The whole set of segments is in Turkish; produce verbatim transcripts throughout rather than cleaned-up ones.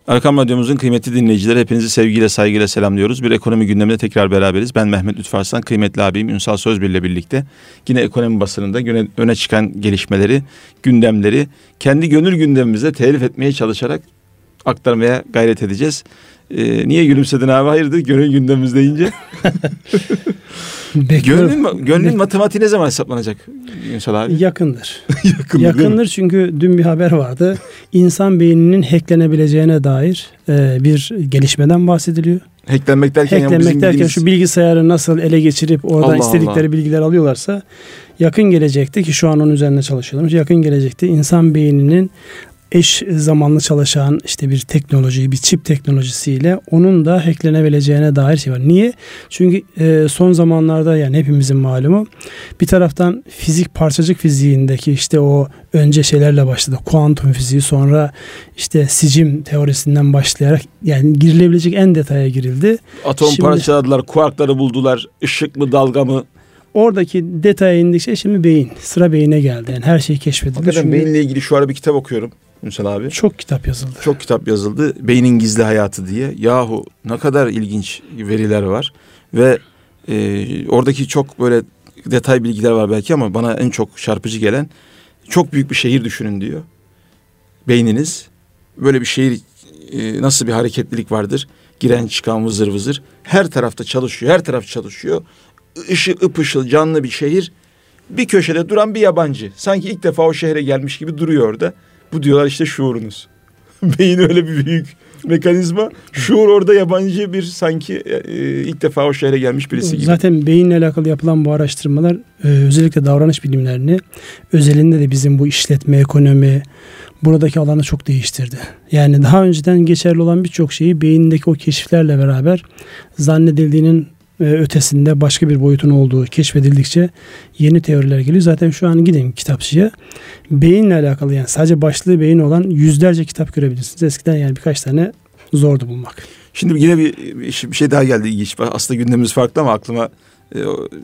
Erkam Radyomuzun kıymetli dinleyicileri, hepinizi sevgiyle, saygıyla selamlıyoruz. Bir ekonomi gündeminde tekrar beraberiz. Ben Mehmet Lütfü Arslan, kıymetli abim Ünsal Sözbir ile birlikte yine ekonomi basınında güne, öne çıkan gelişmeleri, gündemleri kendi gönül gündemimizde telif etmeye çalışarak aktarmaya gayret edeceğiz. Ee, niye gülümsedin abi? Hayırdır gönül gündemimiz deyince? Gönlün, gönlün matematiği ne zaman hesaplanacak Ünsal abi? Yakındır. Yakındır, Yakındır çünkü dün bir haber vardı. İnsan beyninin hacklenebileceğine dair e, bir gelişmeden bahsediliyor. Hacklenmek derken, Hacklenmek yani derken bildiğimiz... şu bilgisayarı nasıl ele geçirip oradan Allah istedikleri Allah. bilgiler alıyorlarsa, yakın gelecekte, ki şu an onun üzerine çalışıyorlar, yakın gelecekte insan beyninin eş zamanlı çalışan işte bir teknoloji, bir çip teknolojisiyle onun da hacklenebileceğine dair şey var. Niye? Çünkü e, son zamanlarda, yani hepimizin malumu, bir taraftan fizik, parçacık fiziğindeki işte o önce şeylerle başladı. Kuantum fiziği, sonra işte sicim teorisinden başlayarak yani girilebilecek en detaya girildi. Atom Şimdi, parçaladılar, kuarkları buldular, ışık mı, dalga mı? Oradaki detaya indikçe şimdi beyin, sıra beyine geldi. Yani her şeyi keşfedildi. Hakikaten Çünkü beyinle ilgili şu ara bir kitap okuyorum Ünsal abi. çok kitap yazıldı. Çok kitap yazıldı. Beynin gizli hayatı diye. Yahu ne kadar ilginç veriler var. Ve e, oradaki çok böyle detay bilgiler var belki ama bana en çok çarpıcı gelen, çok büyük bir şehir düşünün diyor. Beyniniz. Böyle bir şehir, e, nasıl bir hareketlilik vardır. Giren çıkan vızır vızır. Her tarafta çalışıyor. Her taraf çalışıyor. Işık ıpışıl canlı bir şehir. Bir köşede duran bir yabancı. Sanki ilk defa o şehre gelmiş gibi duruyor orada. Bu diyorlar işte şuurunuz. Beyin öyle bir büyük mekanizma. Şuur orada yabancı bir, sanki e, ilk defa o şehre gelmiş birisi gibi. Zaten beyinle alakalı yapılan bu araştırmalar e, özellikle davranış bilimlerini, özelinde de bizim bu işletme, ekonomi, buradaki alanı çok değiştirdi. Yani daha önceden geçerli olan birçok şeyi beyindeki o keşiflerle beraber zannedildiğinin ötesinde başka bir boyutun olduğu keşfedildikçe yeni teoriler geliyor. Zaten şu an gidin kitapçıya, beyinle alakalı, yani sadece başlığı beyin olan yüzlerce kitap görebilirsiniz. Eskiden yani birkaç tane zordu bulmak. Şimdi yine bir, bir şey daha geldi ilginç. Aslında gündemimiz farklı ama aklıma e,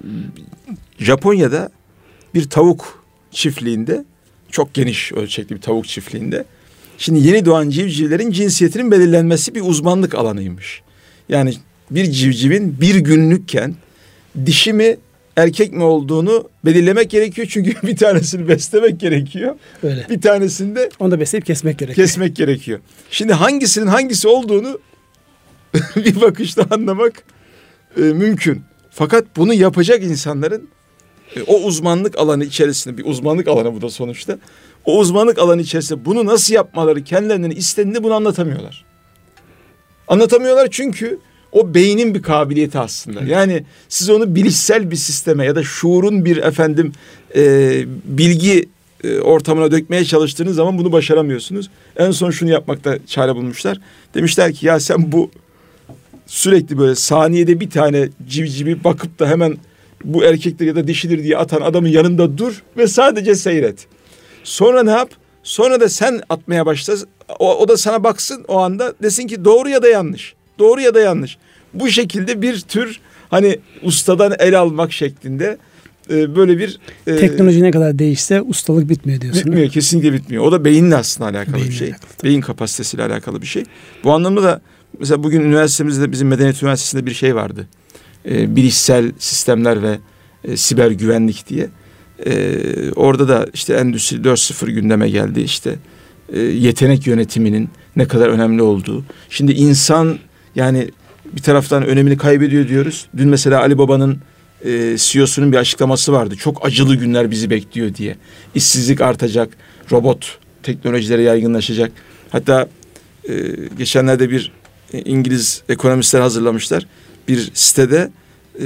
Japonya'da bir tavuk çiftliğinde, çok geniş ölçekli bir tavuk çiftliğinde, şimdi yeni doğan civcivlerin cinsiyetinin belirlenmesi bir uzmanlık alanıymış. Yani bir civcivin bir günlükken dişi mi erkek mi olduğunu belirlemek gerekiyor. Çünkü bir tanesini beslemek gerekiyor. Öyle. Bir tanesini de onu da besleyip kesmek gerekiyor. Kesmek gerekiyor. Şimdi hangisinin hangisi olduğunu bir bakışta anlamak e, mümkün. Fakat bunu yapacak insanların e, o uzmanlık alanı içerisinde, bir uzmanlık alanı bu da sonuçta. O uzmanlık alanı içerisinde bunu nasıl yapmaları, kendilerinin istediğini bunu anlatamıyorlar. Anlatamıyorlar çünkü o beynin bir kabiliyeti aslında. Yani siz onu bilişsel bir sisteme ya da şuurun bir efendim e, bilgi e, ortamına dökmeye çalıştığınız zaman bunu başaramıyorsunuz. En son şunu yapmakta çare bulmuşlar. Demişler ki ya sen bu sürekli böyle saniyede bir tane civcivi bakıp da hemen bu erkektir ya da dişidir diye atan adamın yanında dur ve sadece seyret. Sonra ne yap? Sonra da sen atmaya başla. O, o da sana baksın, o anda desin ki doğru ya da yanlış. Doğru ya da yanlış. Bu şekilde bir tür hani ustadan el almak şeklinde e, böyle bir... E, teknoloji ne kadar değişse ustalık bitmiyor diyorsun. Bitmiyor, kesinlikle bitmiyor. O da beyinle aslında alakalı Beyinle bir şey. alakalı. Beyin kapasitesiyle alakalı bir şey. Bu anlamda da mesela bugün üniversitemizde, bizim Medeniyet Üniversitesi'nde bir şey vardı. E, bilişsel sistemler ve e, siber güvenlik diye. E, orada da işte Endüstri dört nokta sıfır gündeme geldi. İşte e, yetenek yönetiminin ne kadar önemli olduğu. Şimdi insan... Yani bir taraftan önemini kaybediyor diyoruz. Dün mesela Ali Baba'nın e, C E O'sunun bir açıklaması vardı. Çok acılı günler bizi bekliyor diye. İşsizlik artacak, robot teknolojileri yaygınlaşacak. Hatta e, geçenlerde bir e, İngiliz ekonomistler hazırlamışlar. Bir sitede e,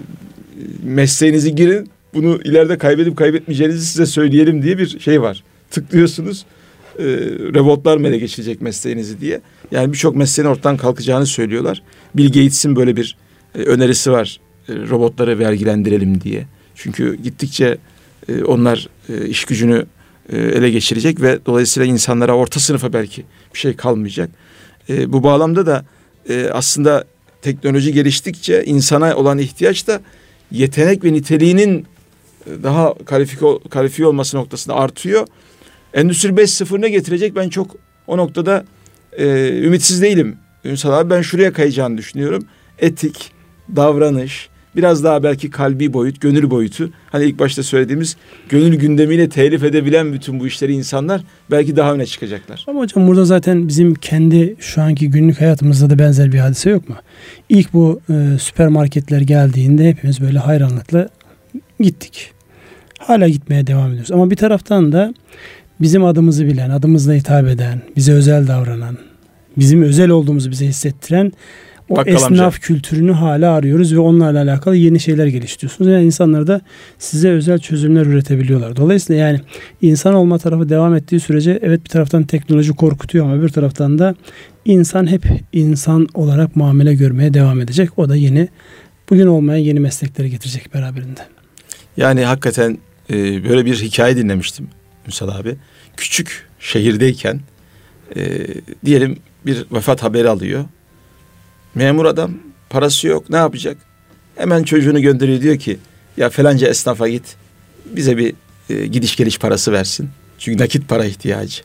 mesleğinizi girin, bunu ileride kaybedip kaybetmeyeceğinizi size söyleyelim diye bir şey var. Tıklıyorsunuz. E, robotlar mı ele geçirecek mesleğinizi diye. Yani birçok mesleğin ortadan kalkacağını söylüyorlar. Bill Gates'in böyle bir e, önerisi var. E, robotları vergilendirelim diye. Çünkü gittikçe e, onlar e, iş gücünü e, ele geçirecek ve dolayısıyla insanlara, orta sınıfa belki bir şey kalmayacak. E, bu bağlamda da e, aslında teknoloji geliştikçe insana olan ihtiyaç da yetenek ve niteliğinin daha kalifiye, kalifiye olması noktasında artıyor. Endüstri beş nokta sıfır ne getirecek? Ben çok o noktada e, ümitsiz değilim Ünsal abi. Ben şuraya kayacağını düşünüyorum. Etik, davranış, biraz daha belki kalbi boyut, gönül boyutu. Hani ilk başta söylediğimiz gönül gündemiyle telif edebilen bütün bu işleri insanlar belki daha öne çıkacaklar. Ama hocam burada zaten bizim kendi şu anki günlük hayatımızda da benzer bir hadise yok mu? İlk bu e, süpermarketler geldiğinde hepimiz böyle hayranlıkla gittik. Hala gitmeye devam ediyoruz. Ama bir taraftan da bizim adımızı bilen, adımızla hitap eden, bize özel davranan, bizim özel olduğumuzu bize hissettiren o Bakkal esnaf amca kültürünü hala arıyoruz ve onlarla alakalı yeni şeyler geliştiriyorsunuz. Yani insanlar da size özel çözümler üretebiliyorlar. Dolayısıyla yani insan olma tarafı devam ettiği sürece evet bir taraftan teknoloji korkutuyor ama bir taraftan da insan hep insan olarak muamele görmeye devam edecek. O da yeni, bugün olmayan yeni meslekleri getirecek beraberinde. Yani hakikaten e, böyle bir hikaye dinlemiştim Ünsal abi. Küçük şehirdeyken e, diyelim bir vefat haberi alıyor. Memur adam, parası yok, ne yapacak? Hemen çocuğunu gönderiyor, diyor ki ya falanca esnafa git, bize bir e, gidiş geliş parası versin. Çünkü nakit para ihtiyacı.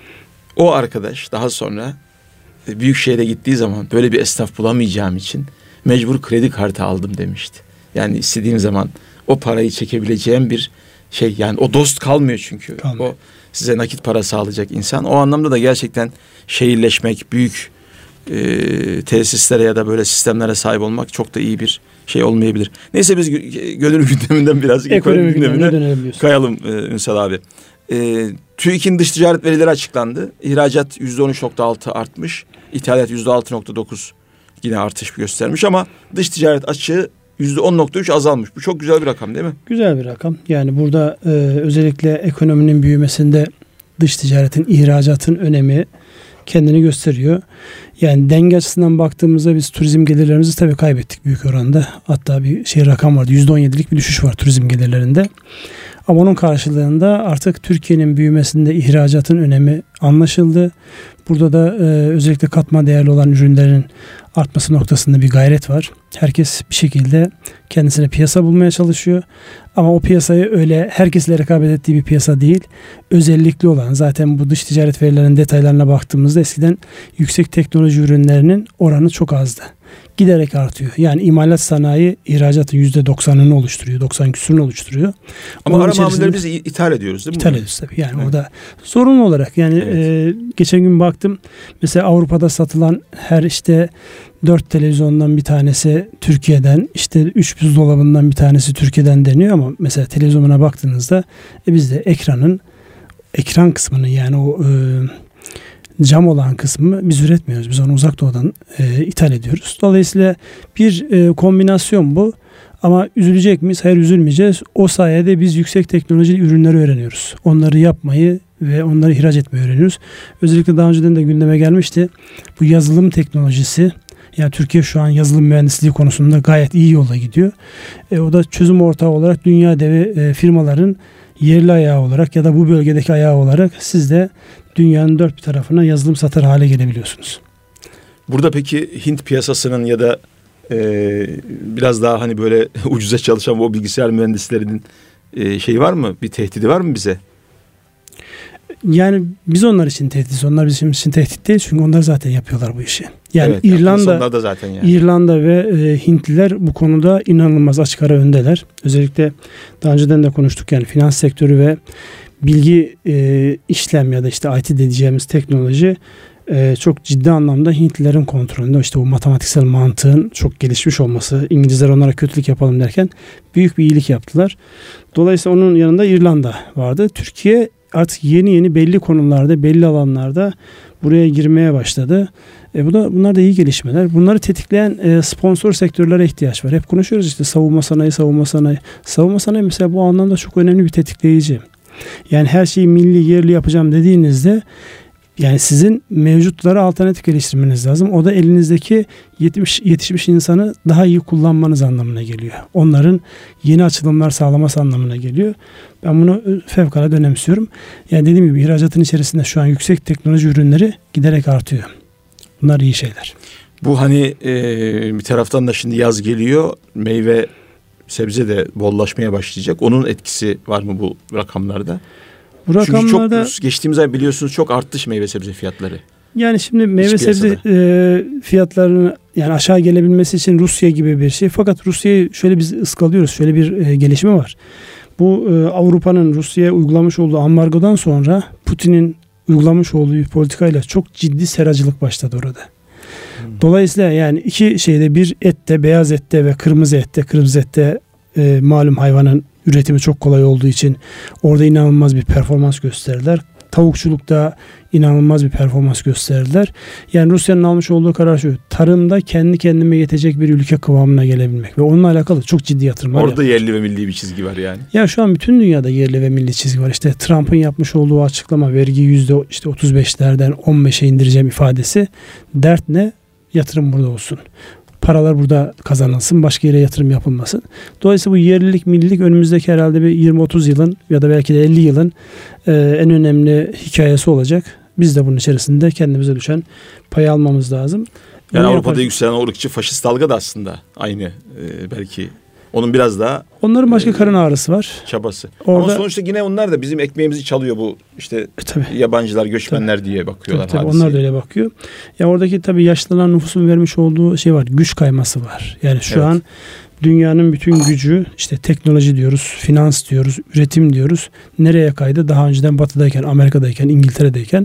O arkadaş daha sonra e, büyük şehre gittiği zaman böyle bir esnaf bulamayacağım için mecbur kredi kartı aldım demişti. Yani istediğim zaman o parayı çekebileceğim bir şey, yani o dost kalmıyor çünkü. Kalmıyor. O size nakit para sağlayacak insan. O anlamda da gerçekten şehirleşmek, büyük e, tesislere ya da böyle sistemlere sahip olmak çok da iyi bir şey olmayabilir. Neyse biz gönül gündeminden biraz ekonomi gündemine kayalım e, Ünsal abi. E, TÜİK'in dış ticaret verileri açıklandı. İhracat yüzde on üç nokta altı artmış. İthalat yüzde altı nokta dokuz yine artış göstermiş ama dış ticaret açığı yüzde on nokta üç azalmış. Bu çok güzel bir rakam değil mi? Güzel bir rakam. Yani burada e, özellikle ekonominin büyümesinde dış ticaretin, ihracatın önemi kendini gösteriyor. Yani denge açısından baktığımızda biz turizm gelirlerimizi tabii kaybettik büyük oranda. Hatta bir şey rakam vardı. yüzde on yedilik bir düşüş var turizm gelirlerinde. Ama onun karşılığında artık Türkiye'nin büyümesinde ihracatın önemi anlaşıldı. Burada da e, özellikle katma değerli olan ürünlerin artması noktasında bir gayret var. Herkes bir şekilde kendisine piyasa bulmaya çalışıyor. Ama o piyasayı öyle herkesle rekabet ettiği bir piyasa değil. Özellikli olan, zaten bu dış ticaret verilerinin detaylarına baktığımızda eskiden yüksek teknoloji ürünlerinin oranı çok azdı. Giderek artıyor. Yani imalat sanayi ihracatın yüzde doksanını oluşturuyor. doksan küsürünü oluşturuyor. Ama Onun ara mamulleri biz ithal ediyoruz değil mi? İthal ediyoruz tabii. Yani evet. O da zorunlu olarak. Yani evet. e, geçen gün baktım. Mesela Avrupa'da satılan her işte dört televizyondan bir tanesi Türkiye'den, işte üç buzdolabından bir tanesi Türkiye'den deniyor ama mesela televizyona baktığınızda e, bizde ekranın ekran kısmını, yani o e, cam olan kısmı biz üretmiyoruz. Biz onu uzak doğudan e, ithal ediyoruz. Dolayısıyla bir e, kombinasyon bu. Ama üzülecek miyiz? Hayır, üzülmeyeceğiz. O sayede biz yüksek teknolojili ürünleri öğreniyoruz. Onları yapmayı ve onları ihraç etmeyi öğreniyoruz. Özellikle daha önceden de gündeme gelmişti. Bu yazılım teknolojisi. Yani Türkiye şu an yazılım mühendisliği konusunda gayet iyi yolda gidiyor. E, o da çözüm ortağı olarak dünya devi e, firmaların yerli ayağı olarak ya da bu bölgedeki ayağı olarak siz de dünyanın dört bir tarafına yazılım satar hale gelebiliyorsunuz. Burada peki Hint piyasasının ya da e, biraz daha hani böyle ucuza çalışan o bilgisayar mühendislerinin e, şey var mı? Bir tehdidi var mı bize? Yani biz onlar için tehdit, onlar bizim için tehdit değil çünkü onlar zaten yapıyorlar bu işi. Yani evet, İrlanda, da zaten yani. İrlanda ve e, Hintliler bu konuda inanılmaz açık ara öndeler. Özellikle daha önceden de konuştuk, yani finans sektörü ve bilgi e, işlem ya da işte I T diyeceğimiz teknoloji e, çok ciddi anlamda Hintlilerin kontrolünde. İşte bu matematiksel mantığın çok gelişmiş olması, İngilizler onlara kötülük yapalım derken büyük bir iyilik yaptılar. Dolayısıyla onun yanında İrlanda vardı. Türkiye artık yeni yeni belli konularda, belli alanlarda buraya girmeye başladı. E bu da, bunlar da iyi gelişmeler. Bunları tetikleyen e, sponsor sektörlere ihtiyaç var. Hep konuşuyoruz işte savunma sanayi, savunma sanayi. Savunma sanayi mesela bu anlamda çok önemli bir tetikleyici. Yani her şeyi milli, yerli yapacağım dediğinizde yani sizin mevcutlara alternatif geliştirmeniz lazım. O da elinizdeki yetmiş, yetişmiş insanı daha iyi kullanmanız anlamına geliyor. Onların yeni açılımlar sağlaması anlamına geliyor. Ben bunu fevkalade önemsiyorum. Yani dediğim gibi ihracatın içerisinde şu an yüksek teknoloji ürünleri giderek artıyor. Bunlar iyi şeyler. Bu hani e, bir taraftan da şimdi yaz geliyor. Meyve, sebze de bollaşmaya başlayacak. Onun etkisi var mı bu rakamlarda? Bu rakamlarda, çünkü çok geçtiğimiz ay biliyorsunuz çok arttı meyve sebze fiyatları. Yani şimdi meyve sebze e, fiyatlarının yani aşağı gelebilmesi için Rusya gibi bir şey. Fakat Rusya'yı şöyle biz ıskalıyoruz. Şöyle bir e, gelişme var. Bu e, Avrupa'nın Rusya'ya uygulamış olduğu ambargodan sonra Putin'in uygulamış olduğu bir politikayla çok ciddi seracılık başladı orada. Hmm. Dolayısıyla yani iki şeyde, bir ette, beyaz ette ve kırmızı ette, kırmızı ette e, malum hayvanın üretimi çok kolay olduğu için orada inanılmaz bir performans gösterdiler. Tavukçulukta inanılmaz bir performans gösterdiler. Yani Rusya'nın almış olduğu karar şu: tarımda kendi kendime yetecek bir ülke kıvamına gelebilmek ve onunla alakalı çok ciddi yatırımlar Orada yapıyor. yerli ve milli bir çizgi var yani. Ya şu an bütün dünyada yerli ve milli çizgi var. İşte Trump'ın yapmış olduğu açıklama, vergi yüzde işte otuz beşlerden on beşe indireceğim ifadesi. Dert ne? Yatırım burada olsun. Paralar burada kazanılsın, başka yere yatırım yapılmasın. Dolayısıyla bu yerlilik, millilik önümüzdeki herhalde bir yirmi otuz yılın ya da belki de elli yılın e, en önemli hikayesi olacak. Biz de bunun içerisinde kendimize düşen payı almamız lazım. Yani Onu Avrupa'da yapar... yükselen o ırkçı faşist dalga da aslında aynı e, belki. Onun biraz daha... Onların başka e, karın ağrısı var. Çabası. Orada, ama sonuçta yine onlar da bizim ekmeğimizi çalıyor bu işte e, yabancılar, göçmenler tabii, diye bakıyorlar. Tabii, tabii, onlar da öyle bakıyor. Ya oradaki tabii yaşlanan nüfusun vermiş olduğu şey var. Güç kayması var. Yani şu evet. an dünyanın bütün gücü, işte teknoloji diyoruz, finans diyoruz, üretim diyoruz. Nereye kaydı? Daha önceden Batı'dayken, Amerika'dayken, İngiltere'deyken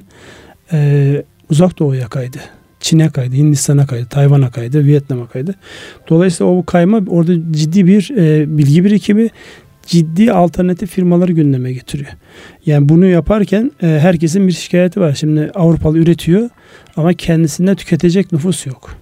e, Uzak Doğu'ya kaydı. Çin'e kaydı, Hindistan'a kaydı, Tayvan'a kaydı, Vietnam'a kaydı. Dolayısıyla o kayma orada ciddi bir e, bilgi birikimi, ciddi alternatif firmaları gündeme getiriyor. Yani bunu yaparken e, herkesin bir şikayeti var. Şimdi Avrupalı üretiyor ama kendisinde tüketecek nüfus yok.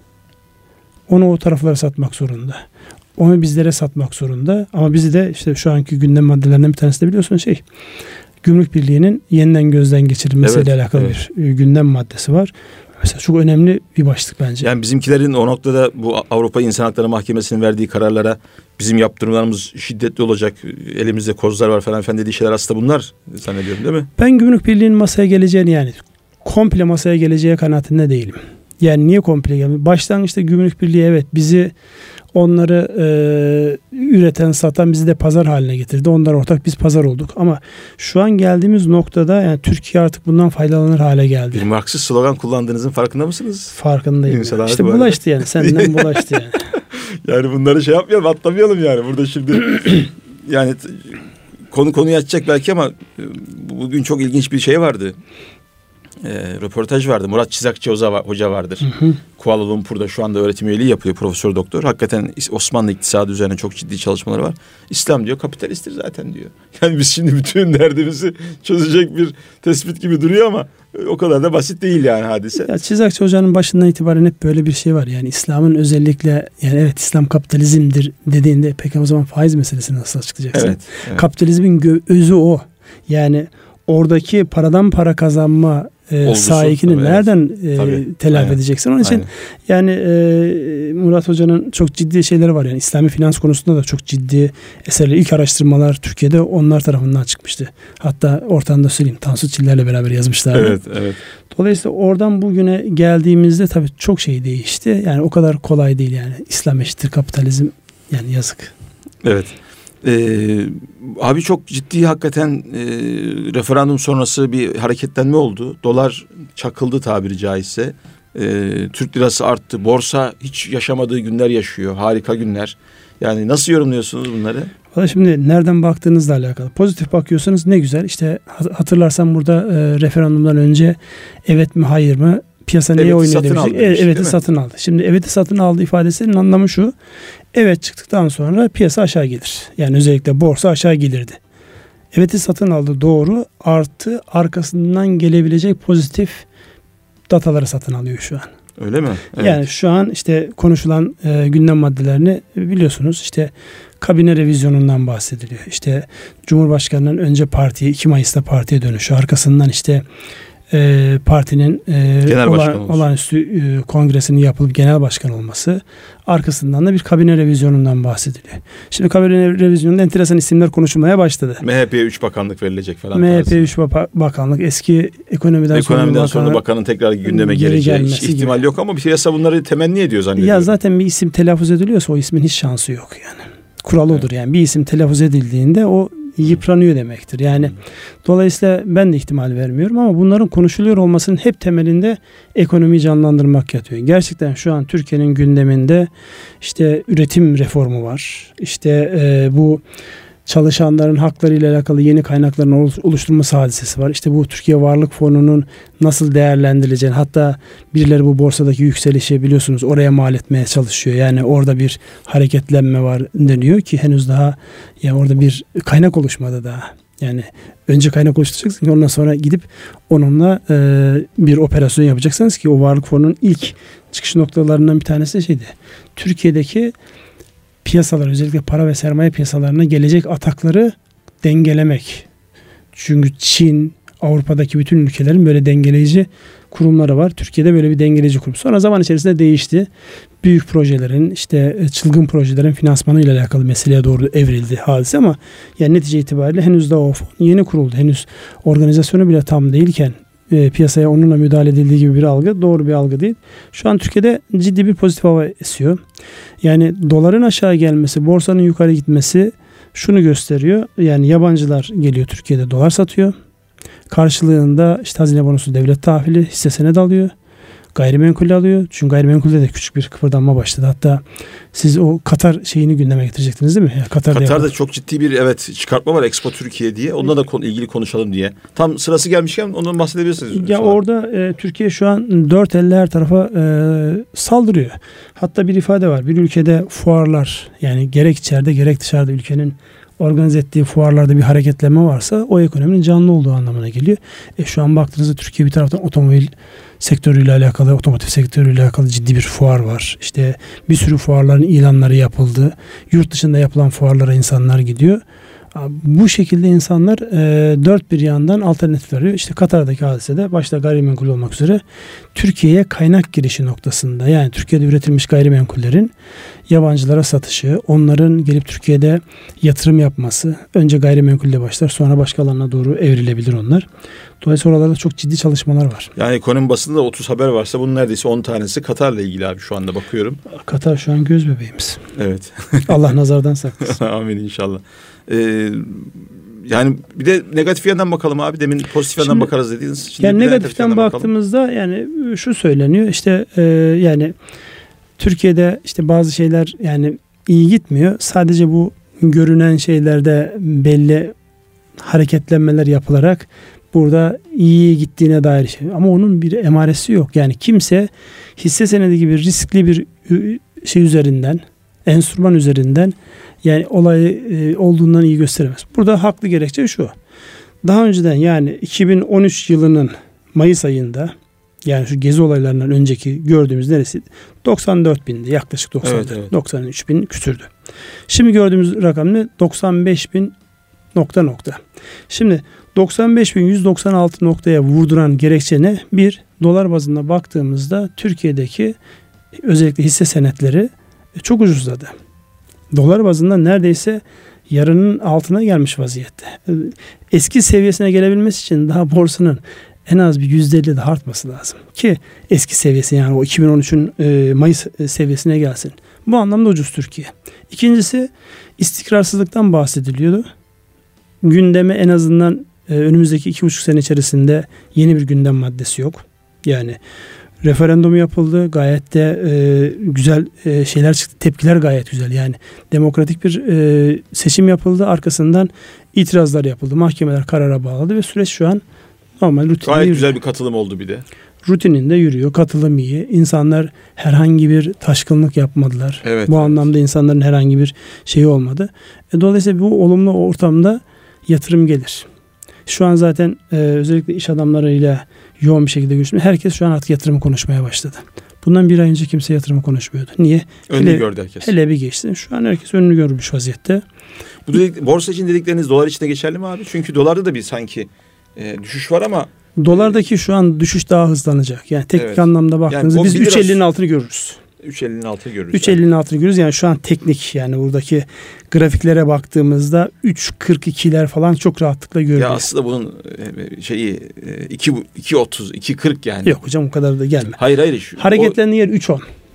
Onu o taraflara satmak zorunda. Onu bizlere satmak zorunda. Ama bizi de işte şu anki gündem maddelerinden bir tanesi de biliyorsun şey... Gümrük Birliği'nin yeniden gözden geçirilmesiyle evet, alakalı evet. bir gündem maddesi var. Mesela çok önemli bir başlık bence. Yani bizimkilerin o noktada bu Avrupa İnsan Hakları Mahkemesi'nin verdiği kararlara bizim yaptırımlarımız şiddetli olacak, elimizde kozlar var falan filan dediği şeyler aslında bunlar zannediyorum, değil mi? Ben Gümrük Birliği'nin masaya geleceğini, yani komple masaya geleceği kanaatinde değilim. Yani niye komple gelmiyor? Başlangıçta Gümrük Birliği evet bizi, onları e, üreten, satan bizi de pazar haline getirdi. Onlar ortak, biz pazar olduk. Ama şu an geldiğimiz noktada yani Türkiye artık bundan faydalanır hale geldi. Bir Marksist slogan kullandığınızın farkında mısınız? Farkındayım. Yani. İşte bulaştı yani. Senden bulaştı yani. Yani bunları şey yapmayalım, atlamayalım yani. Burada şimdi yani konu konuyu açacak belki ama bugün çok ilginç bir şey vardı. E, röportaj vardı. Murat Çizakçı hoca vardır. Hı hı. Kuala Lumpur'da şu anda öğretim üyeliği yapıyor, profesör doktor. Hakikaten Osmanlı iktisadı üzerine çok ciddi çalışmaları var. İslam diyor kapitalisttir zaten diyor. Yani biz şimdi bütün derdimizi çözecek bir tespit gibi duruyor ama o kadar da basit değil yani hadise. Ya Çizakçı hocanın başından itibaren hep böyle bir şey var. Yani İslam'ın özellikle, yani evet İslam kapitalizmdir dediğinde peki o zaman faiz meselesini nasıl açıklayacaksın? Evet, evet. Kapitalizmin gö- özü o. Yani oradaki paradan para kazanma e, sahikini tabii, nereden evet. e, telafi Aynen. edeceksin? Onun için Aynen. yani e, Murat Hoca'nın çok ciddi şeyleri var. Yani İslami finans konusunda da çok ciddi eserler. İlk araştırmalar Türkiye'de onlar tarafından çıkmıştı. Hatta ortadan da söyleyeyim, Tansu Çiller'le beraber yazmışlardı. Evet, evet. Dolayısıyla oradan bugüne geldiğimizde tabii çok şey değişti. Yani o kadar kolay değil yani. İslam eşittir kapitalizm, yani yazık. Evet. Ee, abi çok ciddi hakikaten e, referandum sonrası bir hareketlenme oldu. Dolar çakıldı tabiri caizse. Ee, Türk lirası arttı. Borsa hiç yaşamadığı günler yaşıyor. Harika günler. Yani nasıl yorumluyorsunuz bunları? Valla şimdi nereden baktığınızla alakalı. Pozitif bakıyorsanız ne güzel. İşte hatırlarsan burada e, referandumdan önce evet mi hayır mı? Piyasa neye oynuyor demiştik. Evet, evet'i satın aldı. Şimdi evet'i satın aldı ifadesinin anlamı şu. Evet çıktıktan sonra piyasa aşağı gelir. Yani özellikle borsa aşağı gelirdi. Evet'i satın aldı, doğru. Artı arkasından gelebilecek pozitif dataları satın alıyor şu an. Öyle mi? Evet. Yani şu an işte konuşulan e, gündem maddelerini biliyorsunuz. İşte kabine revizyonundan bahsediliyor. İşte Cumhurbaşkanı'nın önce partiye, iki Mayıs'ta partiye dönüşü. Arkasından işte E, partinin e, olan, olağanüstü e, kongresinin yapılıp genel başkan olması, arkasından da bir kabine revizyonundan bahsediliyor. Şimdi kabine revizyonunda enteresan isimler konuşulmaya başladı. M H P'ye üç bakanlık verilecek falan. M H P üç bakanlık, eski ekonomiden, ekonomiden sonra, sonra bakanın tekrar gündeme geleceği hiç ihtimal gibi yok ama bir yasa bunları temenni ediyor zannediyorum. Ya zaten bir isim telaffuz ediliyorsa o ismin hiç şansı yok yani. Kural odur yani. Bir isim telaffuz edildiğinde o yıpranıyor demektir. Yani dolayısıyla ben de ihtimal vermiyorum ama bunların konuşuluyor olmasının hep temelinde ekonomiyi canlandırmak yatıyor. Gerçekten şu an Türkiye'nin gündeminde işte üretim reformu var. İşte e, bu çalışanların hakları ile alakalı yeni kaynakların oluşturulması hadisesi var. İşte bu Türkiye Varlık Fonu'nun nasıl değerlendirileceğini, hatta birileri bu borsadaki yükselişi biliyorsunuz oraya mal etmeye çalışıyor. Yani orada bir hareketlenme var deniyor ki henüz daha yani orada bir kaynak oluşmadı daha. Yani önce kaynak oluşturacaksınız ki ondan sonra gidip onunla e, bir operasyon yapacaksınız ki o Varlık Fonu'nun ilk çıkış noktalarından bir tanesi de şeydi. Türkiye'deki piyasalar, özellikle para ve sermaye piyasalarına gelecek atakları dengelemek. Çünkü Çin, Avrupa'daki bütün ülkelerin böyle dengeleyici kurumları var. Türkiye'de böyle bir dengeleyici kurum. Sonra zaman içerisinde değişti. Büyük projelerin, işte çılgın projelerin finansmanı ile alakalı meseleye doğru evrildi hadise ama yani netice itibariyle henüz daha o fon yeni kuruldu. Henüz organizasyonu bile tam değilken e, piyasaya onunla müdahale edildiği gibi bir algı doğru bir algı değil. Şu an Türkiye'de ciddi bir pozitif hava esiyor. Yani doların aşağı gelmesi, borsanın yukarı gitmesi şunu gösteriyor. Yani yabancılar geliyor Türkiye'de dolar satıyor. Karşılığında işte hazine bonosu, devlet tahvili, hisse senedi alıyor. Gayrimenkul alıyor. Çünkü gayrimenkulde de küçük bir kıpırdanma başladı. Hatta siz o Katar şeyini gündeme getirecektiniz değil mi? Yani Katar'da, Katar'da çok ciddi bir evet çıkartma var, Expo Türkiye diye. Onunla da konu, ilgili konuşalım diye. Tam sırası gelmişken ondan bahsedebilirsiniz. Ya orada e, Türkiye şu an dört elle her tarafa e, saldırıyor. Hatta bir ifade var. Bir ülkede fuarlar, yani gerek içeride gerek dışarıda ülkenin organize ettiği fuarlarda bir hareketlenme varsa o ekonominin canlı olduğu anlamına geliyor. E şu an baktığınızda Türkiye bir taraftan otomobil sektörüyle alakalı, otomotiv sektörüyle alakalı ciddi bir fuar var. İşte bir sürü fuarların ilanları yapıldı. Yurt dışında yapılan fuarlara insanlar gidiyor. Bu şekilde insanlar e, dört bir yandan alternatif arıyor. İşte Katar'daki hadisede başta gayrimenkul olmak üzere Türkiye'ye kaynak girişi noktasında, yani Türkiye'de üretilmiş gayrimenkullerin yabancılara satışı, onların gelip Türkiye'de yatırım yapması, önce gayrimenkulle başlar sonra başka alanına doğru evrilebilir onlar. Dolayısıyla oralarda çok ciddi çalışmalar var. Yani ekonomi basında otuz haber varsa bunun neredeyse on tanesi Katar'la ilgili abi, şu anda bakıyorum. Katar şu an göz bebeğimiz. Evet. Allah nazardan saklasın. Amin inşallah. Ee, yani bir de negatif yandan bakalım abi. Demin pozitif yandan Şimdi, bakarız dediniz. Şimdi yani negatiften baktığımızda bakalım. Yani şu söyleniyor. İşte e, yani Türkiye'de işte bazı şeyler yani iyi gitmiyor. Sadece bu görünen şeylerde belli hareketlenmeler yapılarak burada iyi gittiğine dair şey. Ama onun bir emaresi yok. Yani kimse hisse senedi gibi riskli bir şey üzerinden, enstrüman üzerinden yani olayı e, olduğundan iyi gösteremez. Burada haklı gerekçe şu. Daha önceden yani iki bin on üç yılının Mayıs ayında, yani şu gezi olaylarından önceki gördüğümüz neresi? doksan dört bindi. Yaklaşık doksan dört. Evet, evet. doksan üç bin küsürdü. Şimdi gördüğümüz rakam ne? doksan beş bin nokta nokta. Şimdi doksan beş bin yüz doksan altı noktaya vurduran gerekçe ne? Bir, dolar bazında baktığımızda Türkiye'deki özellikle hisse senetleri çok ucuzladı. Dolar bazında neredeyse yarının altına gelmiş vaziyette. Eski seviyesine gelebilmesi için daha borsanın en az bir yüzde elli daha artması lazım. Ki eski seviyesi, yani o iki bin on üçün e, Mayıs seviyesine gelsin. Bu anlamda ucuz Türkiye. İkincisi, istikrarsızlıktan bahsediliyordu. Gündeme en azından e, önümüzdeki iki buçuk sene içerisinde yeni bir gündem maddesi yok. Yani referandum yapıldı. Gayet de e, güzel e, şeyler çıktı. Tepkiler gayet güzel. Yani demokratik bir e, seçim yapıldı. Arkasından itirazlar yapıldı. Mahkemeler karara bağladı ve süreç şu an normal rutininde gayet yürüyor. Güzel bir katılım oldu bir de. Rutininde yürüyor. Katılım iyi. İnsanlar herhangi bir taşkınlık yapmadılar. Evet, bu evet. anlamda insanların herhangi bir şeyi olmadı. E, dolayısıyla bu olumlu ortamda yatırım gelir. Şu an zaten e, özellikle iş adamlarıyla yoğun bir şekilde görüşmüyor. Herkes şu an artık yatırımı konuşmaya başladı. Bundan bir ay önce kimse yatırımı konuşmuyordu. Niye? Önünü hele, gördü herkes. Hele bir geçti. Şu an herkes önünü görmüş vaziyette. Bu dedik, borsa için dedikleriniz dolar için de geçerli mi abi? Çünkü dolarda da bir sanki e, düşüş var ama dolardaki şu an düşüş daha hızlanacak. Yani teknik evet. anlamda baktığınızda yani biz üç ellinin altını görürüz. üç ellinin altını görürüz. üç ellinin altını görürüz. Yani şu an teknik, yani buradaki grafiklere baktığımızda üç kırk ikiler falan çok rahatlıkla görülüyor. Ya aslında bunun şeyi iki otuz, iki kırk yani. Yok hocam, o kadar da gelme. Hayır hayır. Şu, hareketlendiği yer üç on.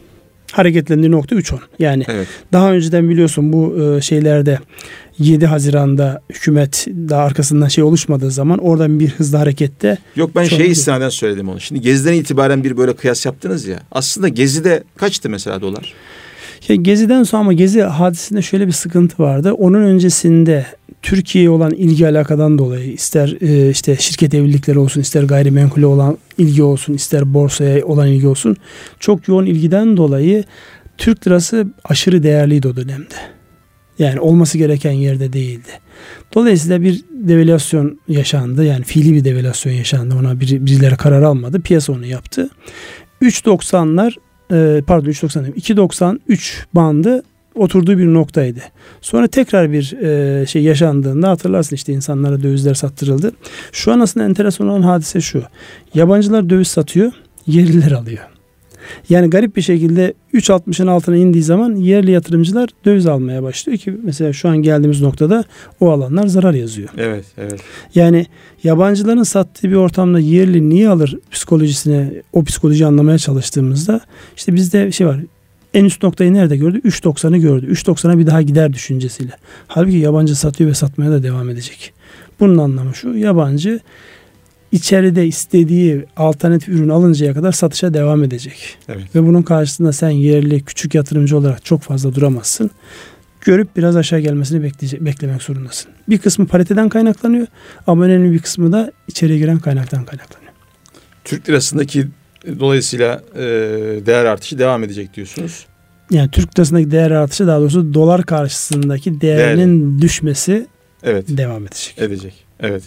Hareketlendiği nokta üç on. Yani evet. Daha önceden biliyorsun bu e, şeylerde yedi Haziran'da hükümet daha arkasından şey oluşmadığı zaman oradan bir hızlı harekette. Yok ben şey istinaden söyledim onu. Şimdi Gezi'den itibaren bir böyle kıyas yaptınız ya. Aslında Gezi'de kaçtı mesela dolar? Ya Gezi'den sonra ama Gezi hadisinde şöyle bir sıkıntı vardı. Onun öncesinde Türkiye'ye olan ilgi alakadan dolayı ister e, işte şirket evlilikleri olsun, ister gayrimenkule olan ilgi olsun, ister borsaya olan ilgi olsun. Çok yoğun ilgiden dolayı Türk lirası aşırı değerliydi o dönemde. Yani olması gereken yerde değildi. Dolayısıyla bir devalüasyon yaşandı. Yani fiili bir devalüasyon yaşandı. Ona bir, birileri karar almadı. Piyasa onu yaptı. üç doksanlar e, pardon üç doksan değil, iki doksan üç bandı oturduğu bir noktaydı. Sonra tekrar bir e, şey yaşandığında hatırlarsın işte insanlara dövizler sattırıldı. Şu an aslında enteresan olan hadise şu. Yabancılar döviz satıyor, yerliler alıyor. Yani garip bir şekilde üç altmışın altına indiği zaman yerli yatırımcılar döviz almaya başlıyor ki mesela şu an geldiğimiz noktada o alanlar zarar yazıyor. Evet, evet. Yani yabancıların sattığı bir ortamda yerli niye alır psikolojisine, o psikolojiyi anlamaya çalıştığımızda işte bizde şey var. En üst noktayı nerede gördü? üç doksanı gördü. üç doksana bir daha gider düşüncesiyle. Halbuki yabancı satıyor ve satmaya da devam edecek. Bunun anlamı şu. Yabancı içeride istediği alternatif ürün alıncaya kadar satışa devam edecek. Evet. Ve bunun karşısında sen yerli küçük yatırımcı olarak çok fazla duramazsın. Görüp biraz aşağı gelmesini bekleyecek, beklemek zorundasın. Bir kısmı pariteden kaynaklanıyor ama önemli bir kısmı da içeriye giren kaynaktan kaynaklanıyor. Türk lirasındaki dolayısıyla e, değer artışı devam edecek diyorsunuz. Yani Türk lirasındaki değer artışı, daha doğrusu dolar karşısındaki değerinin Değerli. düşmesi evet. devam edecek. Edecek. Evet.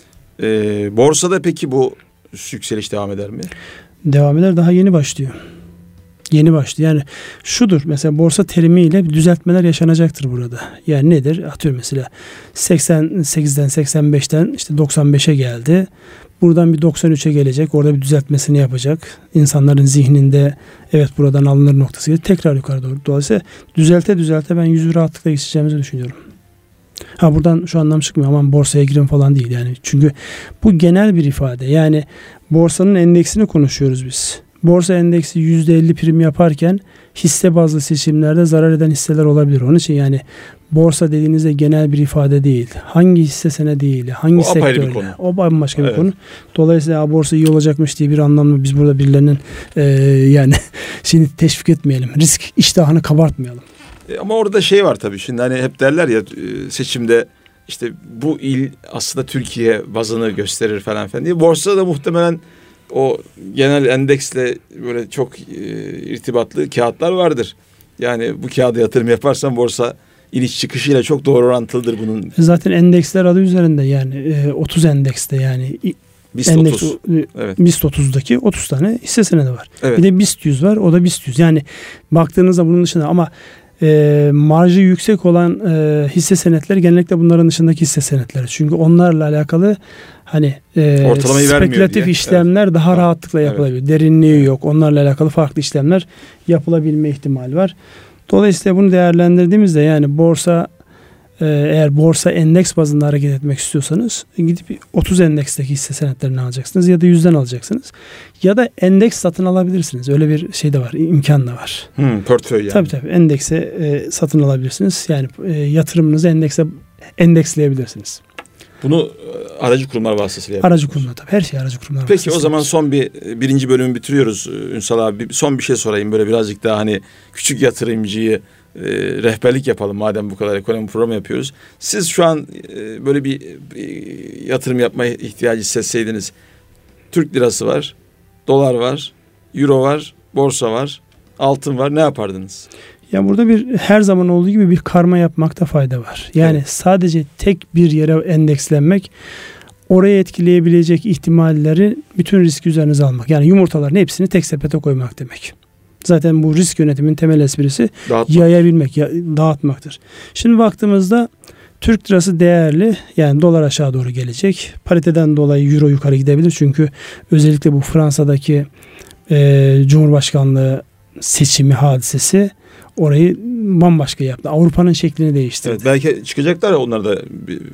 Ee, borsada peki bu yükseliş devam eder mi? Devam eder. Daha yeni başlıyor. Yeni başlıyor. Yani şudur. Mesela borsa terimiyle düzeltmeler yaşanacaktır burada. Yani nedir? Atıyorum mesela seksen sekizden seksen beşten işte doksan beşe geldi. Buradan bir doksan üçe gelecek. Orada bir düzeltmesini yapacak. İnsanların zihninde evet buradan alınır noktası gelir. Tekrar yukarı doğru. Dolayısıyla düzelte düzelte ben yüzü rahatlıkla geçeceğimizi düşünüyorum. Ha buradan şu anlam çıkmıyor aman borsaya girin falan değil yani. Çünkü bu genel bir ifade. Yani borsanın endeksini konuşuyoruz biz. Borsa endeksi yüzde elli prim yaparken hisse bazlı seçimlerde zarar eden hisseler olabilir. Onun için yani borsa dediğinizde genel bir ifade değil. Hangi hisse senedi değil, hangi sektörde. O bambaşka bir evet. konu. Dolayısıyla borsa iyi olacakmış diye bir anlamda biz burada birilerinin e, yani şimdi teşvik etmeyelim. Risk iştahını kabartmayalım. Ama orada şey var tabii şimdi hani hep derler ya seçimde işte bu il aslında Türkiye bazını gösterir falan falan diye. Borsada da muhtemelen o genel endeksle böyle çok e, irtibatlı kağıtlar vardır. Yani bu kağıda yatırım yaparsan borsa iniş çıkışıyla çok doğru orantılıdır bunun. Zaten endeksler adı üzerinde yani e, otuz endekste yani. BIST endeks, otuz. Evet. BIST otuz'daki otuz tane hisse senedi var. Evet. Bir de BIST yüz var. O da BIST yüz. Yani baktığınızda bunun dışında ama E, marjı yüksek olan e, hisse senetleri genellikle bunların dışındaki hisse senetleri. Çünkü onlarla alakalı hani e, spekülatif işlemler evet. daha rahatlıkla yapılabilir. Evet. Derinliği evet. yok. Onlarla alakalı farklı işlemler yapılabilme ihtimali var. Dolayısıyla bunu değerlendirdiğimizde yani borsa e, eğer borsa endeks bazında hareket etmek istiyorsanız gidip otuz endeksteki hisse senetlerini alacaksınız ya da yüzden alacaksınız. Ya da endeks satın alabilirsiniz. Öyle bir şey de var, imkan da var. Hmm, portföy yani. Tabii tabii endekse e, satın alabilirsiniz. Yani e, yatırımınızı endekse endeksleyebilirsiniz. Bunu aracı kurumlar vasıtasıyla yapıyorsunuz. Aracı kurumlar tabii. Her şey aracı kurumlar vasıtasıyla. Peki o zaman son bir birinci bölümü bitiriyoruz Ünsal abi. Son bir şey sorayım böyle birazcık daha hani küçük yatırımcıyı e, rehberlik yapalım madem bu kadar ekonomi programı yapıyoruz. Siz şu an e, böyle bir e, yatırım yapmaya ihtiyacı hissetseydiniz Türk lirası var, dolar var, euro var, borsa var, altın var ne yapardınız? Ya burada bir her zaman olduğu gibi bir karma yapmakta fayda var. Yani evet. sadece tek bir yere endekslenmek oraya etkileyebilecek ihtimalleri bütün riski üzerinize almak. Yani yumurtaların hepsini tek sepete koymak demek. Zaten bu risk yönetimin temel esprisi Dağıtmak. yayabilmek, ya, dağıtmaktır. Şimdi baktığımızda Türk lirası değerli yani dolar aşağı doğru gelecek. Pariteden dolayı euro yukarı gidebilir. Çünkü özellikle bu Fransa'daki e, Cumhurbaşkanlığı seçimi hadisesi orayı bambaşka yaptı. Avrupa'nın şeklini değiştirdi. Evet, belki çıkacaklar ya onlar da.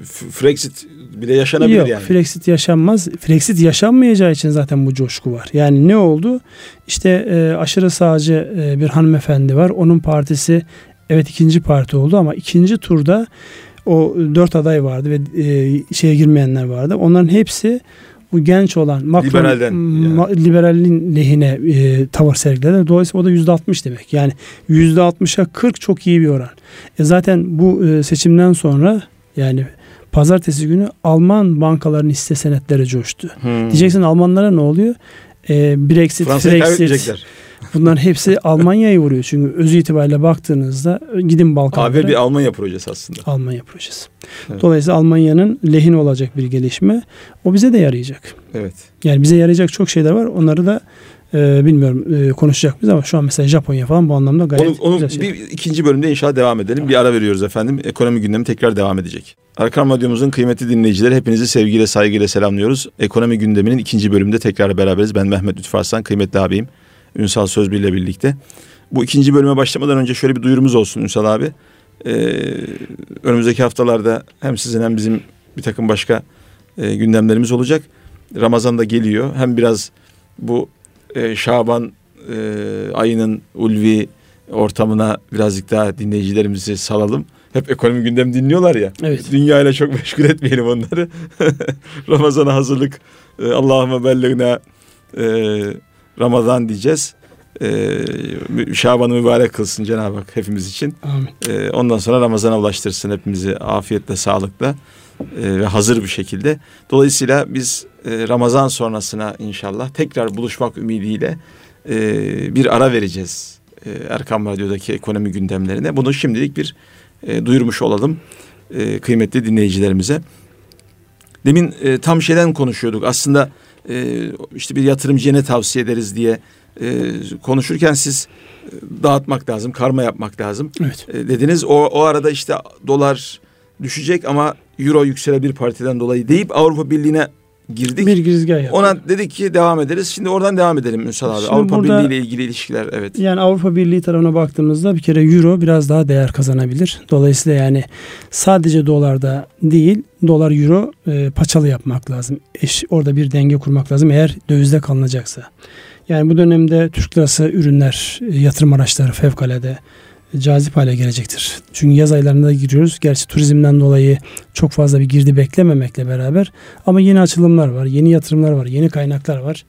Frexit bile yaşanabilir. Yok, yani. Frexit yaşanmaz. Frexit yaşanmayacağı için zaten bu coşku var. Yani ne oldu? İşte e, aşırı sağcı e, bir hanımefendi var. Onun partisi evet ikinci parti oldu ama ikinci turda o dört aday vardı ve e, şeye girmeyenler vardı. Onların hepsi bu genç olan Macron yani. liberalin lehine e, tavır sergiledi. Dolayısıyla o da yüzde altmış demek. Yani yüzde altmışa kırk çok iyi bir oran. E zaten bu e, seçimden sonra yani pazartesi günü Alman bankaların hisse senetleri coştu. Hmm. Diyeceksin Almanlara ne oluyor? E, Brexit, Brexit. Bunların hepsi Almanya'yı vuruyor. Çünkü öz itibariyle baktığınızda gidin Balkanlara. Abi bir Almanya projesi aslında. Almanya projesi. Evet. Dolayısıyla Almanya'nın lehine olacak bir gelişme. O bize de yarayacak. Evet. Yani bize yarayacak çok şeyler var. Onları da e, bilmiyorum e, konuşacak mıyız ama şu an mesela Japonya falan bu anlamda gayet onu, onu güzel bir ikinci bölümde inşallah devam edelim. Tamam. Bir ara veriyoruz efendim. Ekonomi gündemi tekrar devam edecek. Erkam Radyomuzun kıymetli dinleyicileri, hepinizi sevgiyle saygıyla selamlıyoruz. Ekonomi gündeminin ikinci bölümünde tekrar beraberiz. Ben Mehmet Lütfü Arslan, kıymetli abim Ünsal Sözbir ile birlikte. Bu ikinci bölüme başlamadan önce şöyle bir duyurumuz olsun Ünsal abi. Ee, önümüzdeki haftalarda hem sizin hem bizim bir takım başka e, gündemlerimiz olacak. Ramazan da geliyor. Hem biraz bu e, Şaban e, ayının ulvi ortamına birazcık daha dinleyicilerimizi salalım. Hep ekonomi gündem dinliyorlar ya. Evet. Dünyayla çok meşgul etmeyelim onları. Ramazan'a hazırlık. E, Allahümme belliğine e, Ramazan diyeceğiz. Ee, Şaban'ı mübarek kılsın Cenab-ı Hak hepimiz için. Amin. Ee, ondan sonra Ramazan'a ulaştırsın hepimizi afiyetle, sağlıkla e, ve hazır bir şekilde. Dolayısıyla biz e, Ramazan sonrasına inşallah tekrar buluşmak ümidiyle e, bir ara vereceğiz e, Erkam Radyo'daki ekonomi gündemlerine. Bunu şimdilik bir e, duyurmuş olalım e, kıymetli dinleyicilerimize. Demin e, tam şeyden konuşuyorduk. Aslında e, işte bir yatırımcıya ne tavsiye ederiz diye e, konuşurken siz e, dağıtmak lazım, karma yapmak lazım. Evet. E, dediniz o, o arada işte dolar düşecek ama euro yükselebilir partiden dolayı deyip Avrupa Birliği'ne girdik. Bir girizgah yaptık. Ona dedik ki devam ederiz. Şimdi oradan devam edelim Ünsal abi. Şimdi Avrupa burada, Birliği ile ilgili ilişkiler, evet. Yani Avrupa Birliği tarafına baktığımızda bir kere euro biraz daha değer kazanabilir. Dolayısıyla yani sadece dolarda değil, dolar euro e, paçalı yapmak lazım. Eş, orada bir denge kurmak lazım eğer dövizde kalınacaksa. Yani bu dönemde Türk lirası ürünler, e, yatırım araçları fevkalade cazip hale gelecektir. Çünkü yaz aylarında giriyoruz. Gerçi turizmden dolayı çok fazla bir girdi beklememekle beraber ama yeni açılımlar var, yeni yatırımlar var, yeni kaynaklar var.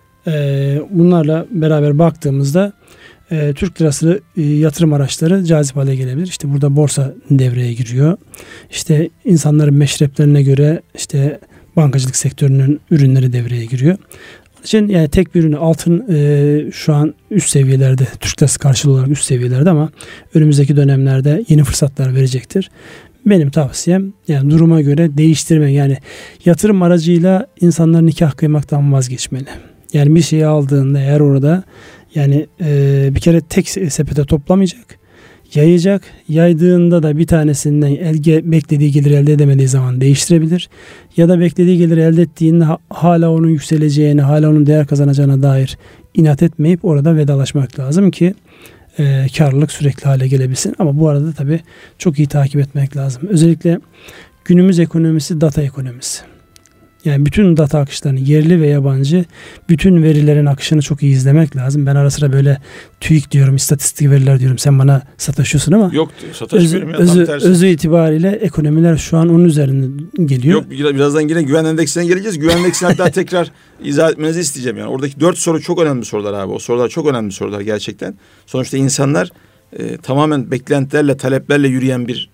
Ee, bunlarla beraber baktığımızda e, Türk lirası e, yatırım araçları cazip hale gelebilir. İşte burada borsa devreye giriyor. İşte insanların meşreplerine göre işte bankacılık sektörünün ürünleri devreye giriyor. için yani tek bir ürünü altın e, şu an üst seviyelerde, Türk lirası karşılığı olarak üst seviyelerde ama önümüzdeki dönemlerde yeni fırsatlar verecektir. Benim tavsiyem yani duruma göre değiştirme, yani yatırım aracıyla insanlar nikah kıymaktan vazgeçmeli. Yani bir şeyi aldığında eğer orada yani e, bir kere tek sepete toplamayacak, yayacak. Yaydığında da bir tanesinden elge, beklediği gelir elde edemediği zaman değiştirebilir. Ya da beklediği gelir elde ettiğinde hala onun yükseleceğini, hala onun değer kazanacağına dair inat etmeyip orada vedalaşmak lazım ki e, karlılık sürekli hale gelebilsin. Ama bu arada tabii çok iyi takip etmek lazım. Özellikle günümüz ekonomisi data ekonomisi. Yani bütün data akışlarını, yerli ve yabancı bütün verilerin akışını çok iyi izlemek lazım. Ben ara sıra böyle TÜİK diyorum, istatistik veriler diyorum. Sen bana sataşıyorsun ama yok, sataşmıyorum ya, özü, tam tersi. Özü itibariyle ekonomiler şu an onun üzerinde geliyor. Yok, birazdan yine güven endeksine geleceğiz. Güven endeksine hatta tekrar izah etmenizi isteyeceğim. Yani oradaki dört soru çok önemli sorular abi. O sorular çok önemli sorular gerçekten. Sonuçta insanlar e, tamamen beklentilerle, taleplerle yürüyen bir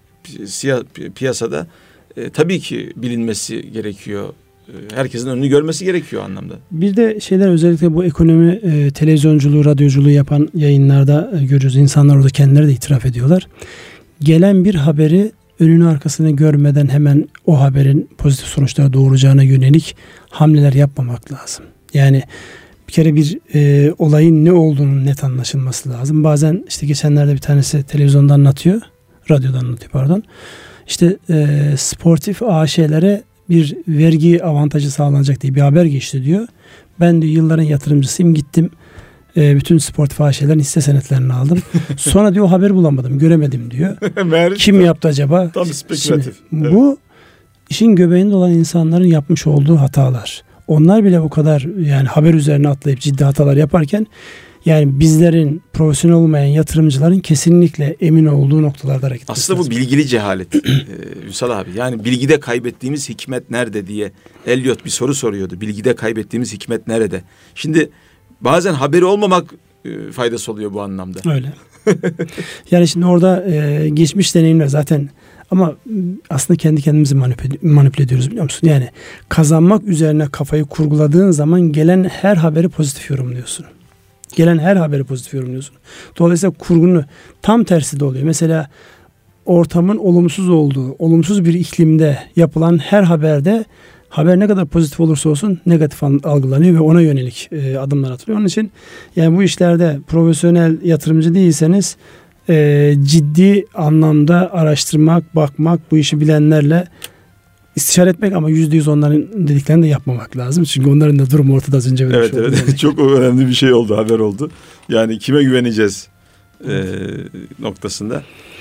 pi- piyasada e, tabii ki bilinmesi gerekiyor. Herkesin önünü görmesi gerekiyor anlamda. Bir de şeyler, özellikle bu ekonomi e, televizyonculuğu, radyoculuğu yapan yayınlarda e, görüyoruz. İnsanlar orada kendileri de itiraf ediyorlar. Gelen bir haberi önünü arkasını görmeden hemen o haberin pozitif sonuçlara doğuracağına yönelik hamleler yapmamak lazım. Yani bir kere bir e, olayın ne olduğunun net anlaşılması lazım. Bazen işte geçenlerde bir tanesi televizyonda anlatıyor, radyoda anlatıyor pardon. İşte e, sportif A Ş'lere bir vergi avantajı sağlanacak diye bir haber geçti diyor. Ben de yılların yatırımcısıyım, gittim E, bütün sportif fahişelerin hisse senetlerini aldım. Sonra diyor haberi bulamadım, göremedim diyor. Kim yaptı acaba? Tam spekülatif. Şimdi, evet. Bu işin göbeğinde olan insanların yapmış olduğu hatalar. Onlar bile bu kadar yani haber üzerine atlayıp ciddi hatalar yaparken yani bizlerin profesyonel olmayan yatırımcıların kesinlikle emin olduğu noktalarda hareket etmesi Aslında bu bilgili cehalet. ee, Ünsal abi yani bilgide kaybettiğimiz hikmet nerede diye Eliot bir soru soruyordu. Bilgide kaybettiğimiz hikmet nerede? Şimdi bazen haberi olmamak e, faydası oluyor bu anlamda. Öyle. Yani şimdi orada e, geçmiş deneyimler zaten ama aslında kendi kendimizi manipüle, manipüle ediyoruz biliyor musun? Yani kazanmak üzerine kafayı kurguladığın zaman gelen her haberi pozitif yorumluyorsun. Gelen her haberi pozitif yorumluyorsun. Dolayısıyla kurgunu tam tersi de oluyor. Mesela ortamın olumsuz olduğu, olumsuz bir iklimde yapılan her haberde haber ne kadar pozitif olursa olsun negatif algılanıyor ve ona yönelik e, adımlar atılıyor. Onun için yani bu işlerde profesyonel yatırımcı değilseniz e, ciddi anlamda araştırmak, bakmak, bu işi bilenlerle istişare etmek ama yüzde yüz onların dediklerini de yapmamak lazım. Çünkü onların da durumu ortada az önce. Evet evet yani. Çok önemli bir şey oldu, haber oldu. Yani kime güveneceğiz e, noktasında.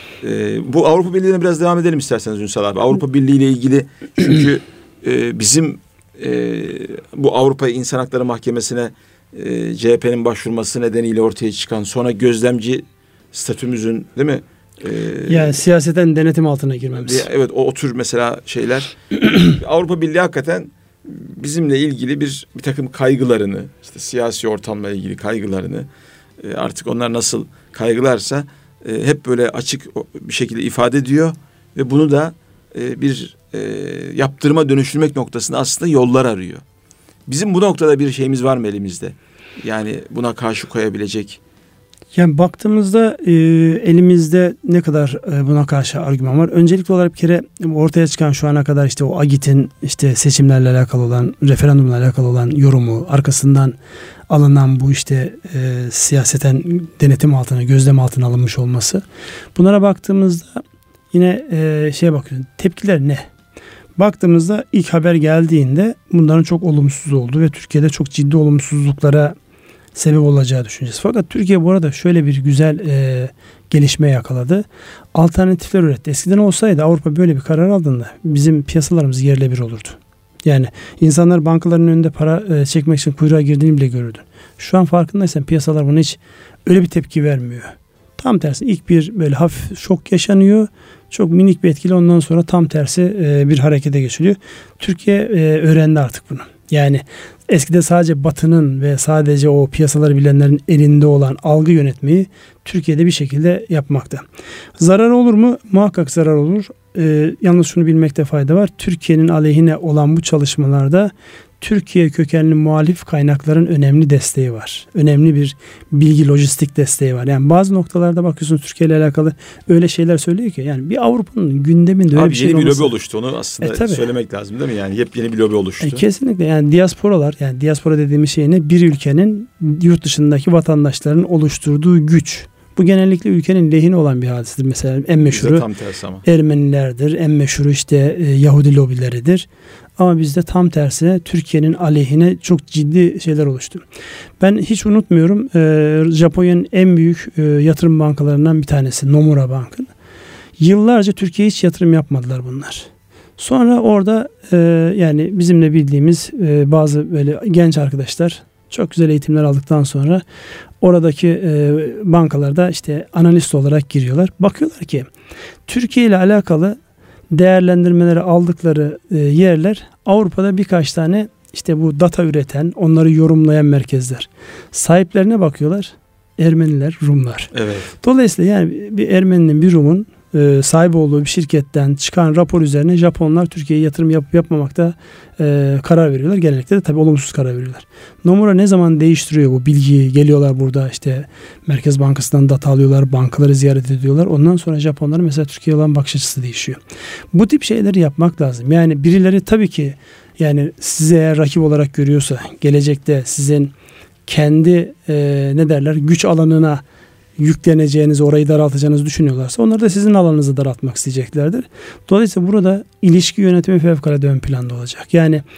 E, bu Avrupa Birliği'ne biraz devam edelim isterseniz Ünsal abi. Avrupa Birliği ile ilgili çünkü e, bizim e, bu Avrupa İnsan Hakları Mahkemesi'ne e, C H P'nin başvurması nedeniyle ortaya çıkan sonra gözlemci statümüzün değil mi? Ee, yani siyaseten denetim altına girmemiz. Evet o, o tür mesela şeyler. Avrupa Birliği hakikaten bizimle ilgili bir bir takım kaygılarını, işte siyasi ortamla ilgili kaygılarını e, artık onlar nasıl kaygılarsa e, hep böyle açık bir şekilde ifade ediyor ve bunu da e, bir e, yaptırıma dönüştürmek noktasında aslında yollar arıyor. Bizim bu noktada bir şeyimiz var mı elimizde? Yani buna karşı koyabilecek. Yani baktığımızda e, elimizde ne kadar e, buna karşı argüman var. Öncelikli olarak bir kere ortaya çıkan şu ana kadar işte o AGİT'in işte seçimlerle alakalı olan, referandumla alakalı olan yorumu, arkasından alınan bu işte e, siyaseten denetim altına, gözlem altına alınmış olması. Bunlara baktığımızda yine e, şeye bakıyoruz. Tepkiler ne? Baktığımızda ilk haber geldiğinde bunların çok olumsuz olduğu ve Türkiye'de çok ciddi olumsuzluklara sebep olacağı düşüncesi. Fakat Türkiye bu arada şöyle bir güzel e, gelişme yakaladı. Alternatifler üretti. Eskiden olsaydı Avrupa böyle bir karar aldığında bizim piyasalarımız yerle bir olurdu. Yani insanlar bankaların önünde para e, çekmek için kuyruğa girdiğini bile görürdü. Şu an farkındaysan piyasalar buna hiç öyle bir tepki vermiyor. Tam tersi ilk bir böyle hafif şok yaşanıyor. Çok minik bir etkili ondan sonra tam tersi e, bir harekete geçiliyor. Türkiye e, öğrendi artık bunu. Yani eskide sadece Batı'nın ve sadece o piyasaları bilenlerin elinde olan algı yönetmeyi Türkiye'de bir şekilde yapmakta. Zarar olur mu? Muhakkak zarar olur. Ee, yalnız şunu bilmekte fayda var. Türkiye'nin aleyhine olan bu çalışmalarda Türkiye kökenli muhalif kaynakların önemli desteği var. Önemli bir bilgi, lojistik desteği var. Yani bazı noktalarda bakıyorsun Türkiye ile alakalı öyle şeyler söylüyor ki yani bir Avrupa'nın gündeminde öyle Abi bir şey yeni bir olması. lobi oluştu. Onu aslında e, söylemek lazım değil mi? Yani yepyeni bir lobi oluştu. E, kesinlikle yani diasporalar, yani diaspora dediğimiz şey ne? Bir ülkenin yurt dışındaki vatandaşların oluşturduğu güç. Bu genellikle ülkenin lehine olan bir hadisedir. Mesela en meşhuru tam tersi ama. Ermenilerdir. En meşhuru işte e, Yahudi lobileridir. Ama bizde tam tersine Türkiye'nin aleyhine çok ciddi şeyler oluştu. Ben hiç unutmuyorum e, Japonya'nın en büyük e, yatırım bankalarından bir tanesi Nomura Bank'ın. Yıllarca Türkiye'ye hiç yatırım yapmadılar bunlar. Sonra orada e, yani bizimle bildiğimiz e, bazı böyle genç arkadaşlar çok güzel eğitimler aldıktan sonra oradaki e, bankalarda işte analist olarak giriyorlar. Bakıyorlar ki Türkiye ile alakalı değerlendirmeleri aldıkları e, yerler Avrupa'da birkaç tane işte bu data üreten, onları yorumlayan merkezler. Sahiplerine bakıyorlar. Ermeniler, Rumlar. Evet. Dolayısıyla yani bir Ermeninin, bir Rum'un e, sahip olduğu bir şirketten çıkan rapor üzerine Japonlar Türkiye'ye yatırım yapıp yapmamakta e, karar veriyorlar. Genellikle de tabii olumsuz karar veriyorlar. Nomura ne zaman değiştiriyor bu bilgiyi? Geliyorlar burada işte Merkez Bankası'ndan data alıyorlar, bankaları ziyaret ediyorlar. Ondan sonra Japonların mesela Türkiye'ye olan bakış açısı değişiyor. Bu tip şeyleri yapmak lazım. Yani birileri tabii ki yani size eğer rakip olarak görüyorsa gelecekte sizin kendi e, ne derler güç alanına yükleneceğinizi, orayı daraltacağınızı düşünüyorlarsa onlar da sizin alanınızı daraltmak isteyeceklerdir. Dolayısıyla burada ilişki yönetimi fevkalade ön planda olacak. Yani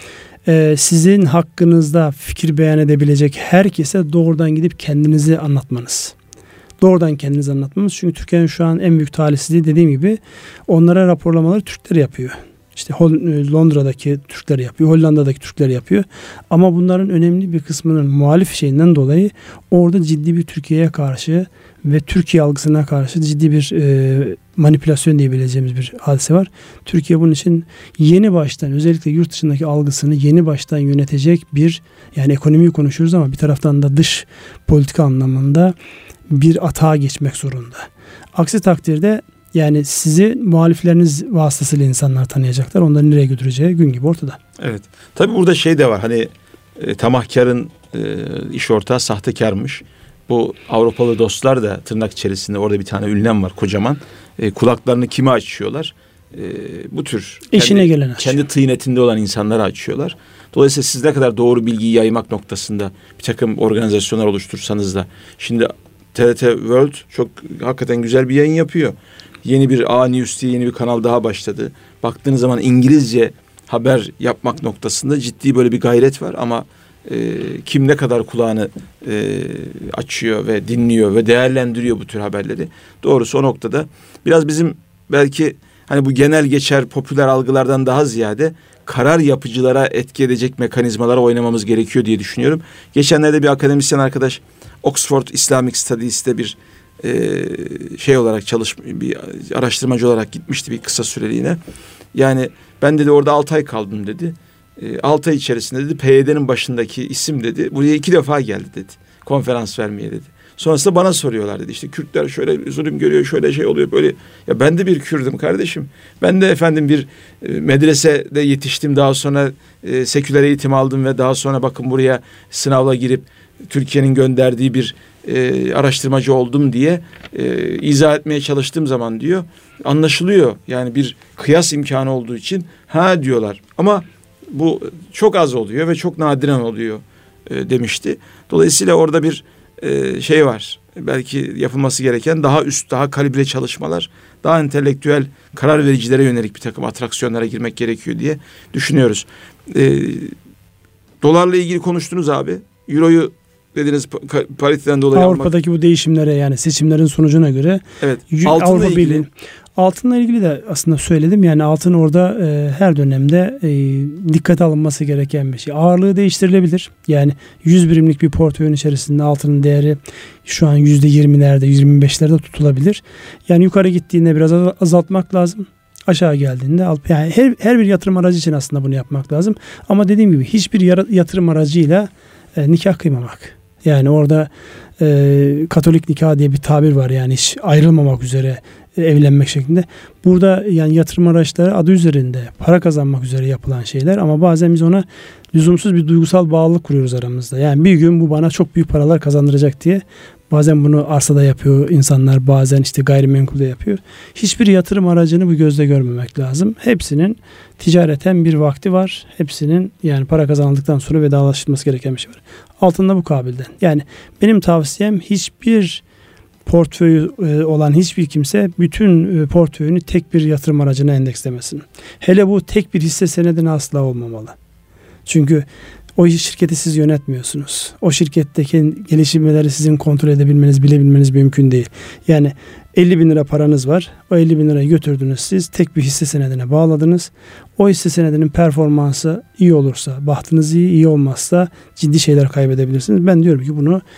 e, sizin hakkınızda fikir beyan edebilecek herkese doğrudan gidip kendinizi anlatmanız. Doğrudan kendinizi anlatmanız. Çünkü Türkiye'nin şu an en büyük talihsizliği, dediğim gibi, onlara raporlamaları Türkler yapıyor. İşte Londra'daki Türkler yapıyor, Hollanda'daki Türkler yapıyor. Ama bunların önemli bir kısmının muhalif şeyinden dolayı orada ciddi bir Türkiye'ye karşı ve Türkiye algısına karşı ciddi bir e, manipülasyon diyebileceğimiz bir hadise var. Türkiye bunun için yeni baştan, özellikle yurt dışındaki algısını yeni baştan yönetecek bir, yani ekonomiyi konuşuyoruz ama bir taraftan da dış politika anlamında bir atağa geçmek zorunda. Aksi takdirde yani sizi muhalifleriniz vasıtasıyla insanlar tanıyacaklar. Onları nereye götüreceği gün gibi ortada. Evet. Tabii burada şey de var. Hani e, tamahkarın e, iş ortağı sahtekarmış. Bu Avrupalı dostlar da tırnak içerisinde, orada bir tane ünlem var kocaman. E, kulaklarını kime açıyorlar? E, bu tür İşine kendi, gelen açıyor. kendi tıynetinde olan insanlara açıyorlar. Dolayısıyla siz ne kadar doğru bilgiyi yaymak noktasında bir takım organizasyonlar oluştursanız da, şimdi T R T World çok hakikaten güzel bir yayın yapıyor. Yeni bir A News diye yeni bir kanal daha başladı. Baktığınız zaman İngilizce haber yapmak noktasında ciddi böyle bir gayret var ama e, kim ne kadar kulağını e, açıyor ve dinliyor ve değerlendiriyor bu tür haberleri. Doğrusu o noktada biraz bizim belki hani bu genel geçer popüler algılardan daha ziyade karar yapıcılara etki edecek mekanizmalara oynamamız gerekiyor diye düşünüyorum. Geçenlerde bir akademisyen arkadaş Oxford Islamic Studies'te bir e, şey olarak çalış bir araştırmacı olarak gitmişti bir kısa süreliğine. Yani ben dedi orada altı ay kaldım dedi. E, altı ay içerisinde dedi P Y D'nin başındaki isim dedi buraya iki defa geldi dedi. Konferans vermeye dedi. Sonrasında bana soruyorlar dedi. İşte Kürtler şöyle zulüm görüyor, şöyle şey oluyor böyle. Ya ben de bir Kürdüm kardeşim. Ben de efendim bir e, medresede yetiştim. Daha sonra e, seküler eğitim aldım ve daha sonra bakın buraya sınavla girip Türkiye'nin gönderdiği bir e, araştırmacı oldum diye e, izah etmeye çalıştığım zaman diyor anlaşılıyor. Yani bir kıyas imkanı olduğu için ha diyorlar. Ama bu çok az oluyor ve çok nadiren oluyor e, demişti. Dolayısıyla orada bir e, şey var. Belki yapılması gereken daha üst, daha kalibre çalışmalar, daha entelektüel karar vericilere yönelik bir takım atraksiyonlara girmek gerekiyor diye düşünüyoruz. E, dolarla ilgili konuştunuz abi. Euro'yu dediniz pariteden dolayı Avrupa'daki almak. Bu değişimlere, yani seçimlerin sonucuna göre evet, Avrupa Birliği altınla ilgili de aslında söyledim. Yani altın orada e, her dönemde e, dikkate alınması gereken bir şey. Ağırlığı değiştirilebilir. Yani yüz birimlik bir portföyün içerisinde altının değeri şu an yüzde yirmilerde, yüz yirmi beşlerde tutulabilir. Yani yukarı gittiğinde biraz azaltmak lazım. Aşağı geldiğinde yani her, her bir yatırım aracı için aslında bunu yapmak lazım. Ama dediğim gibi hiçbir yatırım aracıyla e, nikah kıymamak. Yani orada e, Katolik nikah diye bir tabir var, yani hiç ayrılmamak üzere e, evlenmek şeklinde. Burada yani yatırım araçları adı üzerinde para kazanmak üzere yapılan şeyler ama bazen biz ona lüzumsuz bir duygusal bağlılık kuruyoruz aramızda. Yani bir gün bu bana çok büyük paralar kazandıracak diye. Bazen bunu arsada yapıyor insanlar, bazen işte gayrimenkulde yapıyor. Hiçbir yatırım aracını bu gözle görmemek lazım. Hepsinin ticareten bir vakti var. Hepsinin yani para kazanıldıktan sonra vedalaşılması gereken bir şey var. Altında bu kabilden. Yani benim tavsiyem hiçbir portföyü olan hiçbir kimse bütün portföyünü tek bir yatırım aracına endekslemesin. Hele bu tek bir hisse senedine asla olmamalı. Çünkü o şirketi siz yönetmiyorsunuz. O şirketteki gelişmeleri sizin kontrol edebilmeniz, bilebilmeniz mümkün değil. Yani elli bin lira paranız var. O elli bin lirayı götürdünüz siz. Tek bir hisse senedine bağladınız. O hisse senedinin performansı iyi olursa, bahtınız iyi, iyi olmazsa ciddi şeyler kaybedebilirsiniz. Ben diyorum ki bunu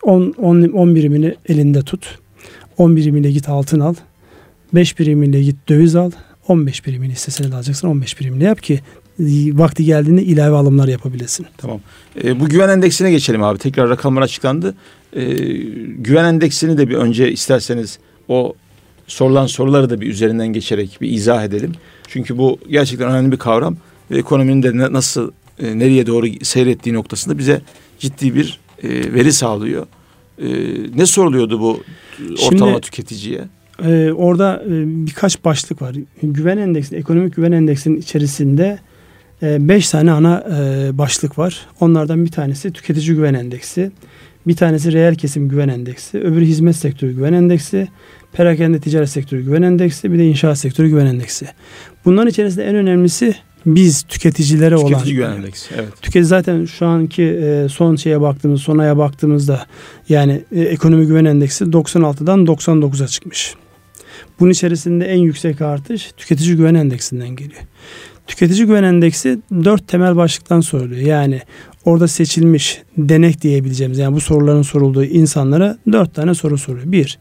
on birimini elinde tut. on birimiyle git altın al. beş birimiyle git döviz al. on beş birimini hisse senedi alacaksın. on beş birimini yap ki vakti geldiğinde ilave alımlar yapabilesin. Tamam. E, bu güven endeksine geçelim abi. Tekrar rakamlar açıklandı. E, güven endeksini de bir önce isterseniz o sorulan soruları da bir üzerinden geçerek bir izah edelim. Çünkü bu gerçekten önemli bir kavram ve ekonominin de ne, nasıl e, nereye doğru seyrettiği noktasında bize ciddi bir e, veri sağlıyor. E, ne soruluyordu bu ortalama Şimdi, tüketiciye? E, orada e, birkaç başlık var. Güven endeksi, ekonomik güven endeksinin içerisinde Beş tane ana başlık var. Onlardan bir tanesi tüketici güven endeksi, bir tanesi reel kesim güven endeksi, öbürü hizmet sektörü güven endeksi, perakende ticaret sektörü güven endeksi, bir de inşaat sektörü güven endeksi. Bunların içerisinde en önemlisi biz tüketicilere Tüketici olan güven endeksi. Evet. Tüketici zaten şu anki e, son şeye baktığımız, son aya baktığımızda yani e, ekonomi güven endeksi doksan altıdan doksan dokuza çıkmış. Bunun içerisinde en yüksek artış tüketici güven endeksinden geliyor. Tüketici güven endeksi dört temel başlıktan soruluyor. Yani orada seçilmiş denek diyebileceğimiz, yani bu soruların sorulduğu insanlara dört tane soru soruyor. Bir,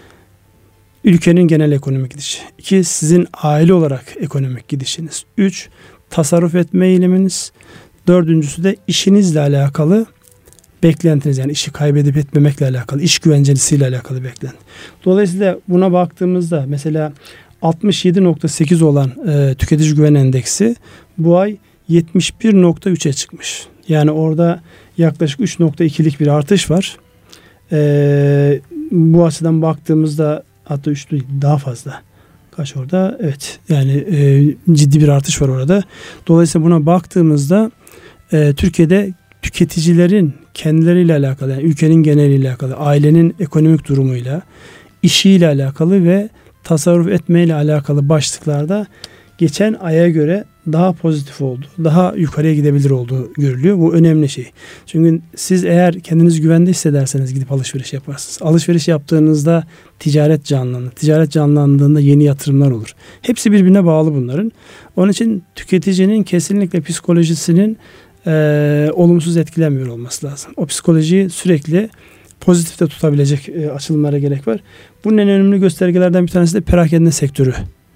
ülkenin genel ekonomik gidişi. İki, sizin aile olarak ekonomik gidişiniz. Üç, tasarruf etme eğiliminiz. Dördüncüsü de işinizle alakalı beklentiniz, yani işi kaybedip etmemekle alakalı, iş güvencesiyle alakalı beklenti. Dolayısıyla buna baktığımızda mesela altmış yedi nokta sekiz olan e, tüketici güven endeksi bu ay yetmiş bir nokta üçe çıkmış. Yani orada yaklaşık üç nokta ikilik bir artış var. E, bu açıdan baktığımızda hatta üç daha fazla. Kaç orada? Evet. Yani e, ciddi bir artış var orada. Dolayısıyla buna baktığımızda e, Türkiye'de tüketicilerin kendileriyle alakalı, yani ülkenin geneliyle alakalı, ailenin ekonomik durumuyla, işiyle alakalı ve tasarruf etmeyle alakalı başlıklarda geçen aya göre daha pozitif oldu. Daha yukarıya gidebilir olduğu görülüyor. Bu önemli şey. Çünkü siz eğer kendinizi güvende hissederseniz gidip alışveriş yaparsınız. Alışveriş yaptığınızda ticaret canlanır. Ticaret canlandığında yeni yatırımlar olur. Hepsi birbirine bağlı bunların. Onun için tüketicinin kesinlikle psikolojisinin e, olumsuz etkilenmiyor olması lazım. O psikolojiyi sürekli pozitifte tutabilecek e, açılımlara gerek var. Bunun en önemli göstergelerden bir tanesi de perakende sektörü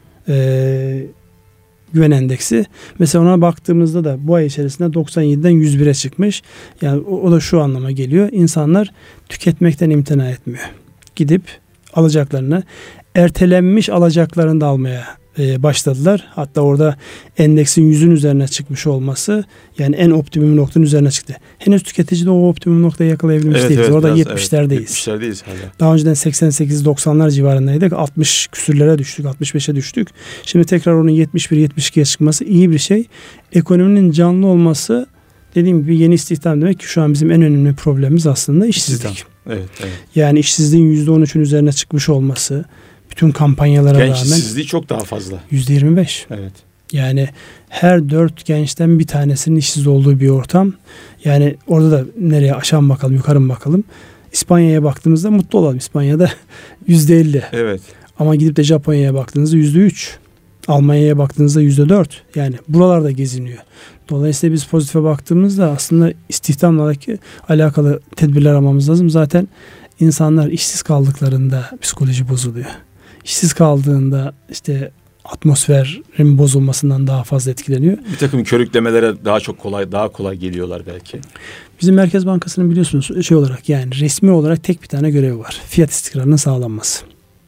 e, güven endeksi. Mesela ona baktığımızda da bu ay içerisinde doksan yediden yüz bire çıkmış. Yani o, o da şu anlama geliyor. İnsanlar tüketmekten imtina etmiyor. Gidip alacaklarını, ertelenmiş alacaklarını da almaya e, başladılar. Hatta orada endeksin yüzün üzerine çıkmış olması, yani en optimum noktanın üzerine çıktı. Henüz tüketicide o optimum noktayı yakalayabilmiş evet, değiliz. Evet, orada biraz, yetmişlerdeyiz. Evet, yetmişlerdeyiz hala. Daha önceden seksen sekiz doksanlar civarındaydık. altmış küsürlere düştük. altmış beşe düştük. Şimdi tekrar onun yetmiş bir yetmiş ikiye çıkması iyi bir şey. Ekonominin canlı olması, dediğim gibi yeni istihdam demek ki şu an bizim en önemli problemimiz aslında işsizlik. İstihdam. Evet, evet. Yani işsizliğin yüzde on üçün üzerine çıkmış olması, bütün kampanyalara Genç rağmen. Genç işsizliği çok daha fazla. yüzde yirmi beş. Evet. Yani her dört gençten bir tanesinin işsiz olduğu bir ortam. Yani orada da nereye aşağı mı bakalım, yukarı mı bakalım. İspanya'ya baktığımızda mutlu olalım. İspanya'da yüzde elli. Evet. Ama gidip de Japonya'ya baktığınızda yüzde üç. Almanya'ya baktığınızda yüzde dört. Yani buralarda geziniyor. Dolayısıyla biz pozitife baktığımızda aslında istihdamla alakalı tedbirler almamız lazım. Zaten insanlar işsiz kaldıklarında psikoloji bozuluyor. İşsiz kaldığında işte atmosferin bozulmasından daha fazla etkileniyor. Bir takım körüklemelere daha çok kolay, daha kolay geliyorlar belki. Bizim Merkez Bankası'nın biliyorsunuz şey olarak, yani resmi olarak tek bir tane görevi var. Fiyat istikrarının sağlanması.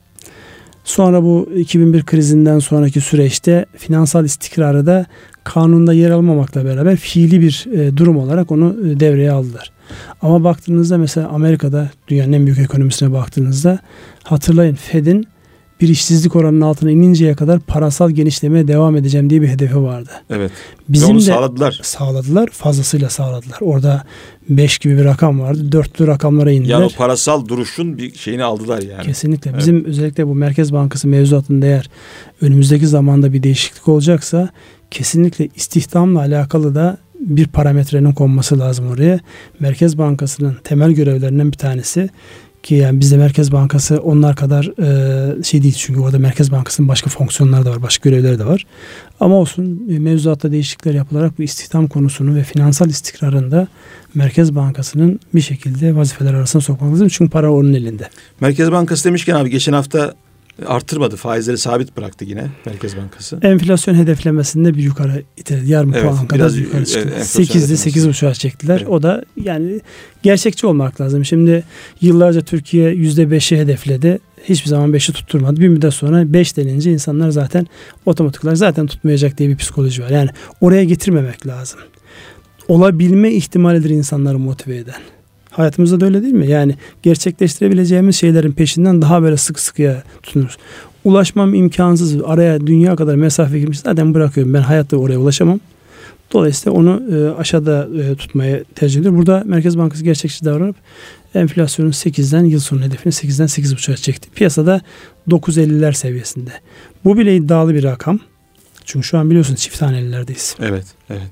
Sonra bu iki bin bir krizinden sonraki süreçte finansal istikrarı da kanunda yer almamakla beraber fiili bir e, durum olarak onu e, devreye aldılar. Ama baktığınızda mesela Amerika'da, dünyanın en büyük ekonomisine baktığınızda, hatırlayın, Fed'in bir işsizlik oranının altına ininceye kadar parasal genişlemeye devam edeceğim diye bir hedefi vardı. Evet. Bizim Ve onu de sağladılar. Sağladılar. Fazlasıyla sağladılar. Orada beş gibi bir rakam vardı. dörtlü rakamlara indiler. Yani o parasal duruşun bir şeyini aldılar yani. Kesinlikle. Evet. Bizim özellikle bu Merkez Bankası mevzuatında eğer önümüzdeki zamanda bir değişiklik olacaksa kesinlikle istihdamla alakalı da bir parametrenin konması lazım oraya. Merkez Bankası'nın temel görevlerinden bir tanesi, ki yani bizde Merkez Bankası onlar kadar e, şey değil, çünkü orada Merkez Bankası'nın başka fonksiyonları da var, başka görevleri de var. Ama olsun, mevzuatta değişiklikler yapılarak bu istihdam konusunu ve finansal istikrarında Merkez Bankası'nın bir şekilde vazifeler arasına sokmak lazım. Çünkü para onun elinde. Merkez Bankası demişken abi, geçen hafta artırmadı. Faizleri sabit bıraktı yine Merkez Bankası. Enflasyon hedeflemesinde bir yukarı iteledi. Yarım evet, puan kadar yukarı çıktı. sekizdi sekiz buçuğa çektiler. Evet. O da yani gerçekçi olmak lazım. Şimdi yıllarca Türkiye yüzde beşi hedefledi. Hiçbir zaman beşi tutturmadı. Bir müddet sonra beş denince insanlar zaten otomatik olarak zaten tutmayacak diye bir psikoloji var. Yani oraya getirmemek lazım. Olabilme ihtimalidir insanları motive eden. Hayatımızda da öyle değil mi? Yani gerçekleştirebileceğimiz şeylerin peşinden daha böyle sık sıkıya tutunuruz. Ulaşmam imkansız. Araya dünya kadar mesafe girmiş. Zaten bırakıyorum. Ben hayatta oraya ulaşamam. Dolayısıyla onu e, aşağıda e, tutmaya tercih ediyor. Burada Merkez Bankası gerçekçi davranıp enflasyonun sekizden, yıl sonu hedefini sekizden sekiz buçuğa çekti. Piyasada dokuz elliler seviyesinde. Bu bile iddialı bir rakam. Çünkü şu an biliyorsunuz çift hanelilerdeyiz. Evet, evet.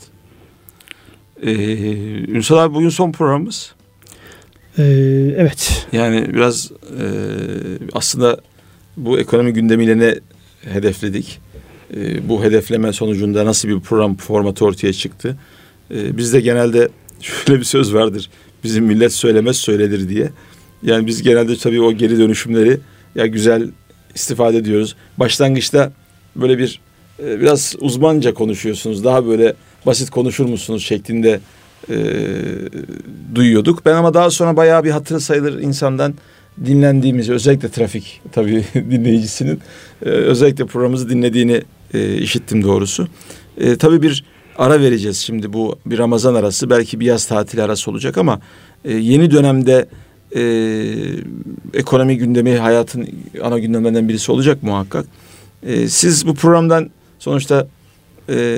Ee, Ünsal abi bugün son programımız. Ee, evet. Yani biraz e, aslında bu ekonomi gündemiyle ne hedefledik? E, bu hedefleme sonucunda nasıl bir program formatı ortaya çıktı? E, bizde genelde şöyle bir söz vardır. Bizim millet söylemez söylenir diye. Yani biz genelde tabii o geri dönüşümleri ya güzel istifade ediyoruz. Başlangıçta böyle bir e, biraz uzmanca konuşuyorsunuz. Daha böyle basit konuşur musunuz şeklinde e, duyuyorduk. Ben ama daha sonra bayağı bir hatırı sayılır insandan dinlendiğimizi, özellikle trafik tabii dinleyicisinin e, özellikle programımızı dinlediğini e, işittim doğrusu. E, tabii bir ara vereceğiz şimdi, bu bir Ramazan arası, belki bir yaz tatili arası olacak ama e, yeni dönemde e, ekonomi gündemi hayatın ana gündemlerinden birisi olacak muhakkak. E, siz bu programdan sonuçta e,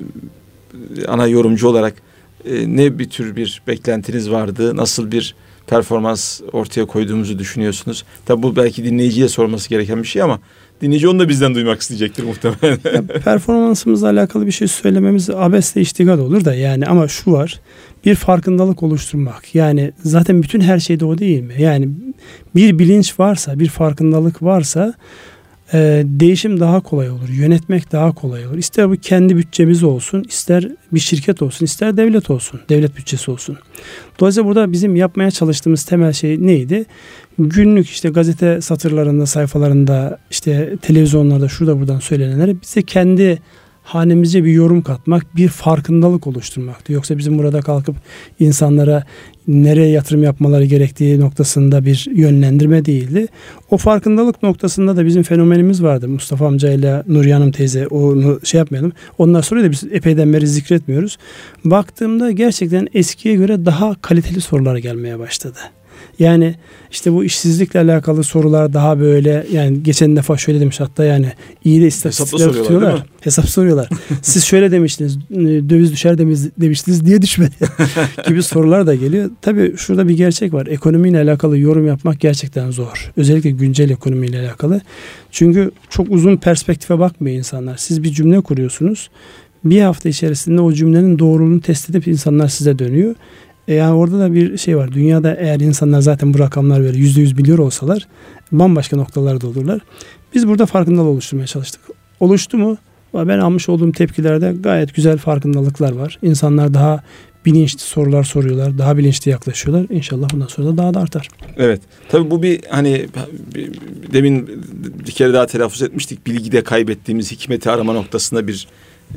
ana yorumcu olarak e, ne bir tür bir beklentiniz vardı, nasıl bir performans ortaya koyduğumuzu düşünüyorsunuz? Tabii bu belki dinleyiciye sorması gereken bir şey ama dinleyici onu da bizden duymak isteyecektir muhtemelen. Ya, performansımızla alakalı bir şey söylememiz abesle iştigal olur da yani, ama şu var, bir farkındalık oluşturmak. Yani zaten bütün her şeyde o değil mi? Yani bir bilinç varsa, bir farkındalık varsa e, değişim daha kolay olur. Yönetmek daha kolay olur. İster bu kendi bütçemiz olsun, ister bir şirket olsun, ister devlet olsun. Devlet bütçesi olsun. Dolayısıyla burada bizim yapmaya çalıştığımız temel şey neydi? Günlük işte gazete satırlarında, sayfalarında, işte televizyonlarda, şurada buradan söylenenleri bize kendi hanemize bir yorum katmak, bir farkındalık oluşturmaktı. Yoksa bizim burada kalkıp insanlara nereye yatırım yapmaları gerektiği noktasında bir yönlendirme değildi. O farkındalık noktasında da bizim fenomenimiz vardı. Mustafa amcayla Nuriye Hanım teyze, onu şey yapmayalım. Ondan sonra da biz epeyden beri zikretmiyoruz. Baktığımda gerçekten eskiye göre daha kaliteli sorular gelmeye başladı. Yani işte bu işsizlikle alakalı sorular daha böyle, yani geçen defa şöyle demiş hatta, yani iyi de istatistikler tutuyorlar. Hesap soruyorlar. Siz şöyle demiştiniz, döviz düşer demiştiniz, diye düşmedi gibi sorular da geliyor. Tabii şurada bir gerçek var. Ekonomiyle alakalı yorum yapmak gerçekten zor. Özellikle güncel ekonomiyle alakalı. Çünkü çok uzun perspektife bakmıyor insanlar. Siz bir cümle kuruyorsunuz. Bir hafta içerisinde o cümlenin doğruluğunu test edip insanlar size dönüyor. Yani orada da bir şey var. Dünyada eğer insanlar zaten bu rakamlar böyle yüzde yüz biliyor olsalar bambaşka noktalarda olurlar. Biz burada farkındalık oluşturmaya çalıştık. Oluştu mu? Ben almış olduğum tepkilerde gayet güzel farkındalıklar var. İnsanlar daha bilinçli sorular soruyorlar. Daha bilinçli yaklaşıyorlar. İnşallah bundan sonra da daha da artar. Evet. Tabii bu bir hani bir, demin bir kere daha telaffuz etmiştik. Bilgide kaybettiğimiz hikmeti arama noktasında bir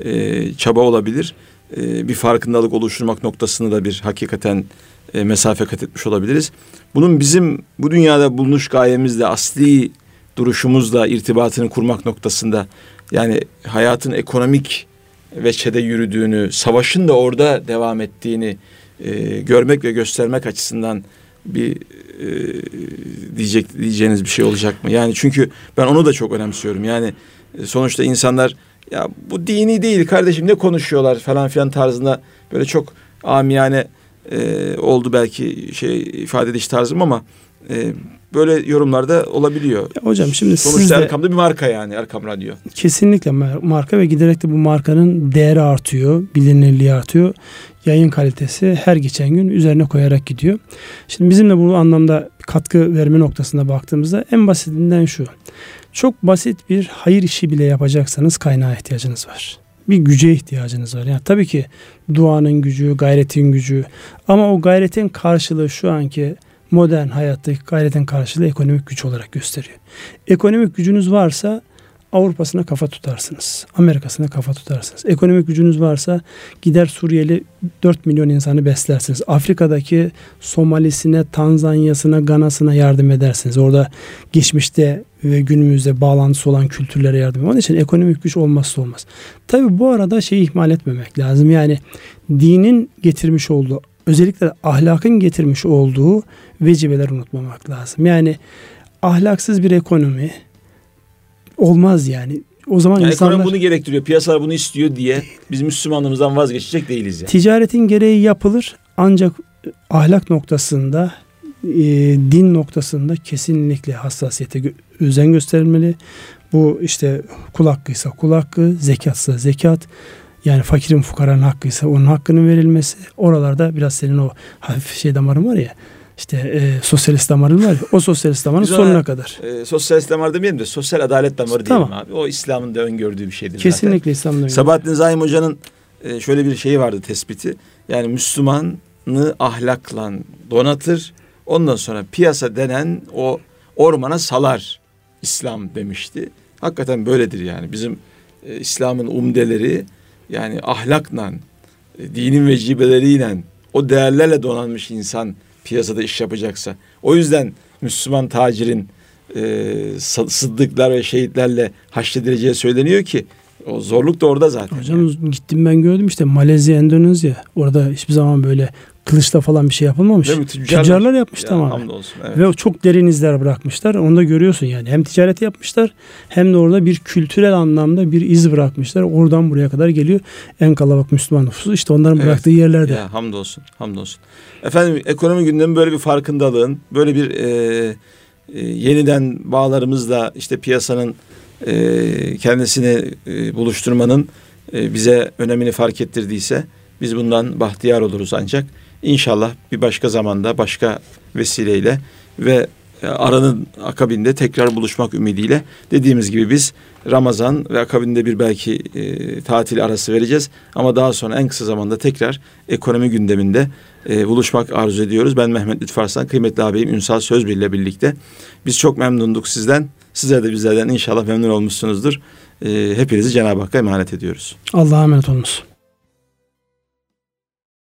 e, çaba olabilir. Bir farkındalık oluşturmak noktasında da bir hakikaten e, mesafe kat etmiş olabiliriz. Bunun bizim bu dünyada bulunuş gayemizle, asli duruşumuzla irtibatını kurmak noktasında, yani hayatın ekonomik veçede yürüdüğünü, savaşın da orada devam ettiğini e, görmek ve göstermek açısından bir e, diyecek diyeceğiniz bir şey olacak mı? Yani çünkü ben onu da çok önemsiyorum. Yani e, sonuçta insanlar, ya bu dini değil kardeşim, ne konuşuyorlar falan filan tarzında böyle çok amiyane e, oldu belki şey ifade ediş tarzım ama e, böyle yorumlarda olabiliyor. Ya hocam şimdi sonuçta Erkam'da bir marka, yani Erkam Radyo. Kesinlikle marka ve giderek de bu markanın değeri artıyor, bilinirliği artıyor. Yayın kalitesi her geçen gün üzerine koyarak gidiyor. Şimdi bizim de bu anlamda katkı verme noktasına baktığımızda en basitinden şu. Çok basit bir hayır işi bile yapacaksanız kaynağa ihtiyacınız var. Bir güce ihtiyacınız var. Yani tabii ki duanın gücü, gayretin gücü, ama o gayretin karşılığı şu anki modern hayattaki gayretin karşılığı ekonomik güç olarak gösteriyor. Ekonomik gücünüz varsa Avrupa'sına kafa tutarsınız. Amerika'sına kafa tutarsınız. Ekonomik gücünüz varsa gider Suriyeli dört milyon insanı beslersiniz. Afrika'daki Somalisine, Tanzanya'sına, Gana'sına yardım edersiniz. Orada geçmişte ve günümüzde bağlantısı olan kültürlere yardım eder. Onun için ekonomik güç olmazsa olmaz. Tabii bu arada şeyi ihmal etmemek lazım. Yani dinin getirmiş olduğu, özellikle ahlakın getirmiş olduğu vecibeleri unutmamak lazım. Yani ahlaksız bir ekonomi olmaz yani. O zaman yani insanlar, ekonomi bunu gerektiriyor, piyasalar bunu istiyor diye biz Müslümanlığımızdan vazgeçecek değiliz yani. Ticaretin gereği yapılır, ancak ahlak noktasında, e, din noktasında kesinlikle hassasiyete gö- özen gösterilmeli. Bu işte kul hakkıysa kul hakkı, zekatsa zekat. Yani fakirin fukaranın hakkıysa onun hakkının verilmesi. Oralarda biraz senin o hafif şey damarın var ya. İşte e, sosyalist damarın var ya. O sosyalist damarın Biz sonuna ona, kadar. E, sosyalist damar demeyelim de sosyal adalet damarı tamam. diyelim abi. O İslam'ın da öngördüğü bir şeydir Kesinlikle zaten. İslam'ın öngördüğü. Sabahattin Zaim Hoca'nın e, şöyle bir şeyi vardı, tespiti. Yani Müslümanı ahlakla donatır. Ondan sonra piyasa denen o ormana salar İslam demişti. Hakikaten böyledir yani. Bizim e, İslam'ın umdeleri yani ahlakla, e, dinin vecibeleriyle, o değerlerle donanmış insan piyasada iş yapacaksa. O yüzden Müslüman tacirin e, sıddıklar ve şehitlerle haşredileceği söyleniyor ki o zorluk da orada zaten. Hocam yani. Gittim ben gördüm işte Malezya, Endonezya. Orada hiçbir zaman böyle kılıçla falan bir şey yapılmamış. Tüccarlar, Tüccarlar yapmış ya, tamamen. Hamdolsun, evet. Ve o çok derin izler bırakmışlar. Onu da görüyorsun yani. Hem ticareti yapmışlar hem de orada bir kültürel anlamda bir iz bırakmışlar. Oradan buraya kadar geliyor. En kalabalık Müslüman nüfusu işte onların Evet. bıraktığı yerlerde. Ya, hamdolsun, hamdolsun. Efendim ekonomi gündemi böyle bir farkındalığın, böyle bir e, e, yeniden bağlarımızla işte piyasanın e, kendisini e, buluşturmanın e, bize önemini fark ettirdiyse biz bundan bahtiyar oluruz ancak. İnşallah bir başka zamanda, başka vesileyle ve aranın akabinde tekrar buluşmak ümidiyle, dediğimiz gibi biz Ramazan ve akabinde bir belki e, tatil arası vereceğiz. Ama daha sonra en kısa zamanda tekrar ekonomi gündeminde e, buluşmak arzu ediyoruz. Ben Mehmet Lütfü Arslan, kıymetli ağabeyim Ünsal Sözbir ile birlikte. Biz çok memnunduk sizden. Sizler de bizlerden inşallah memnun olmuşsunuzdur. E, hepinizi Cenab-ı Hakk'a emanet ediyoruz. Allah'a emanet olunuz.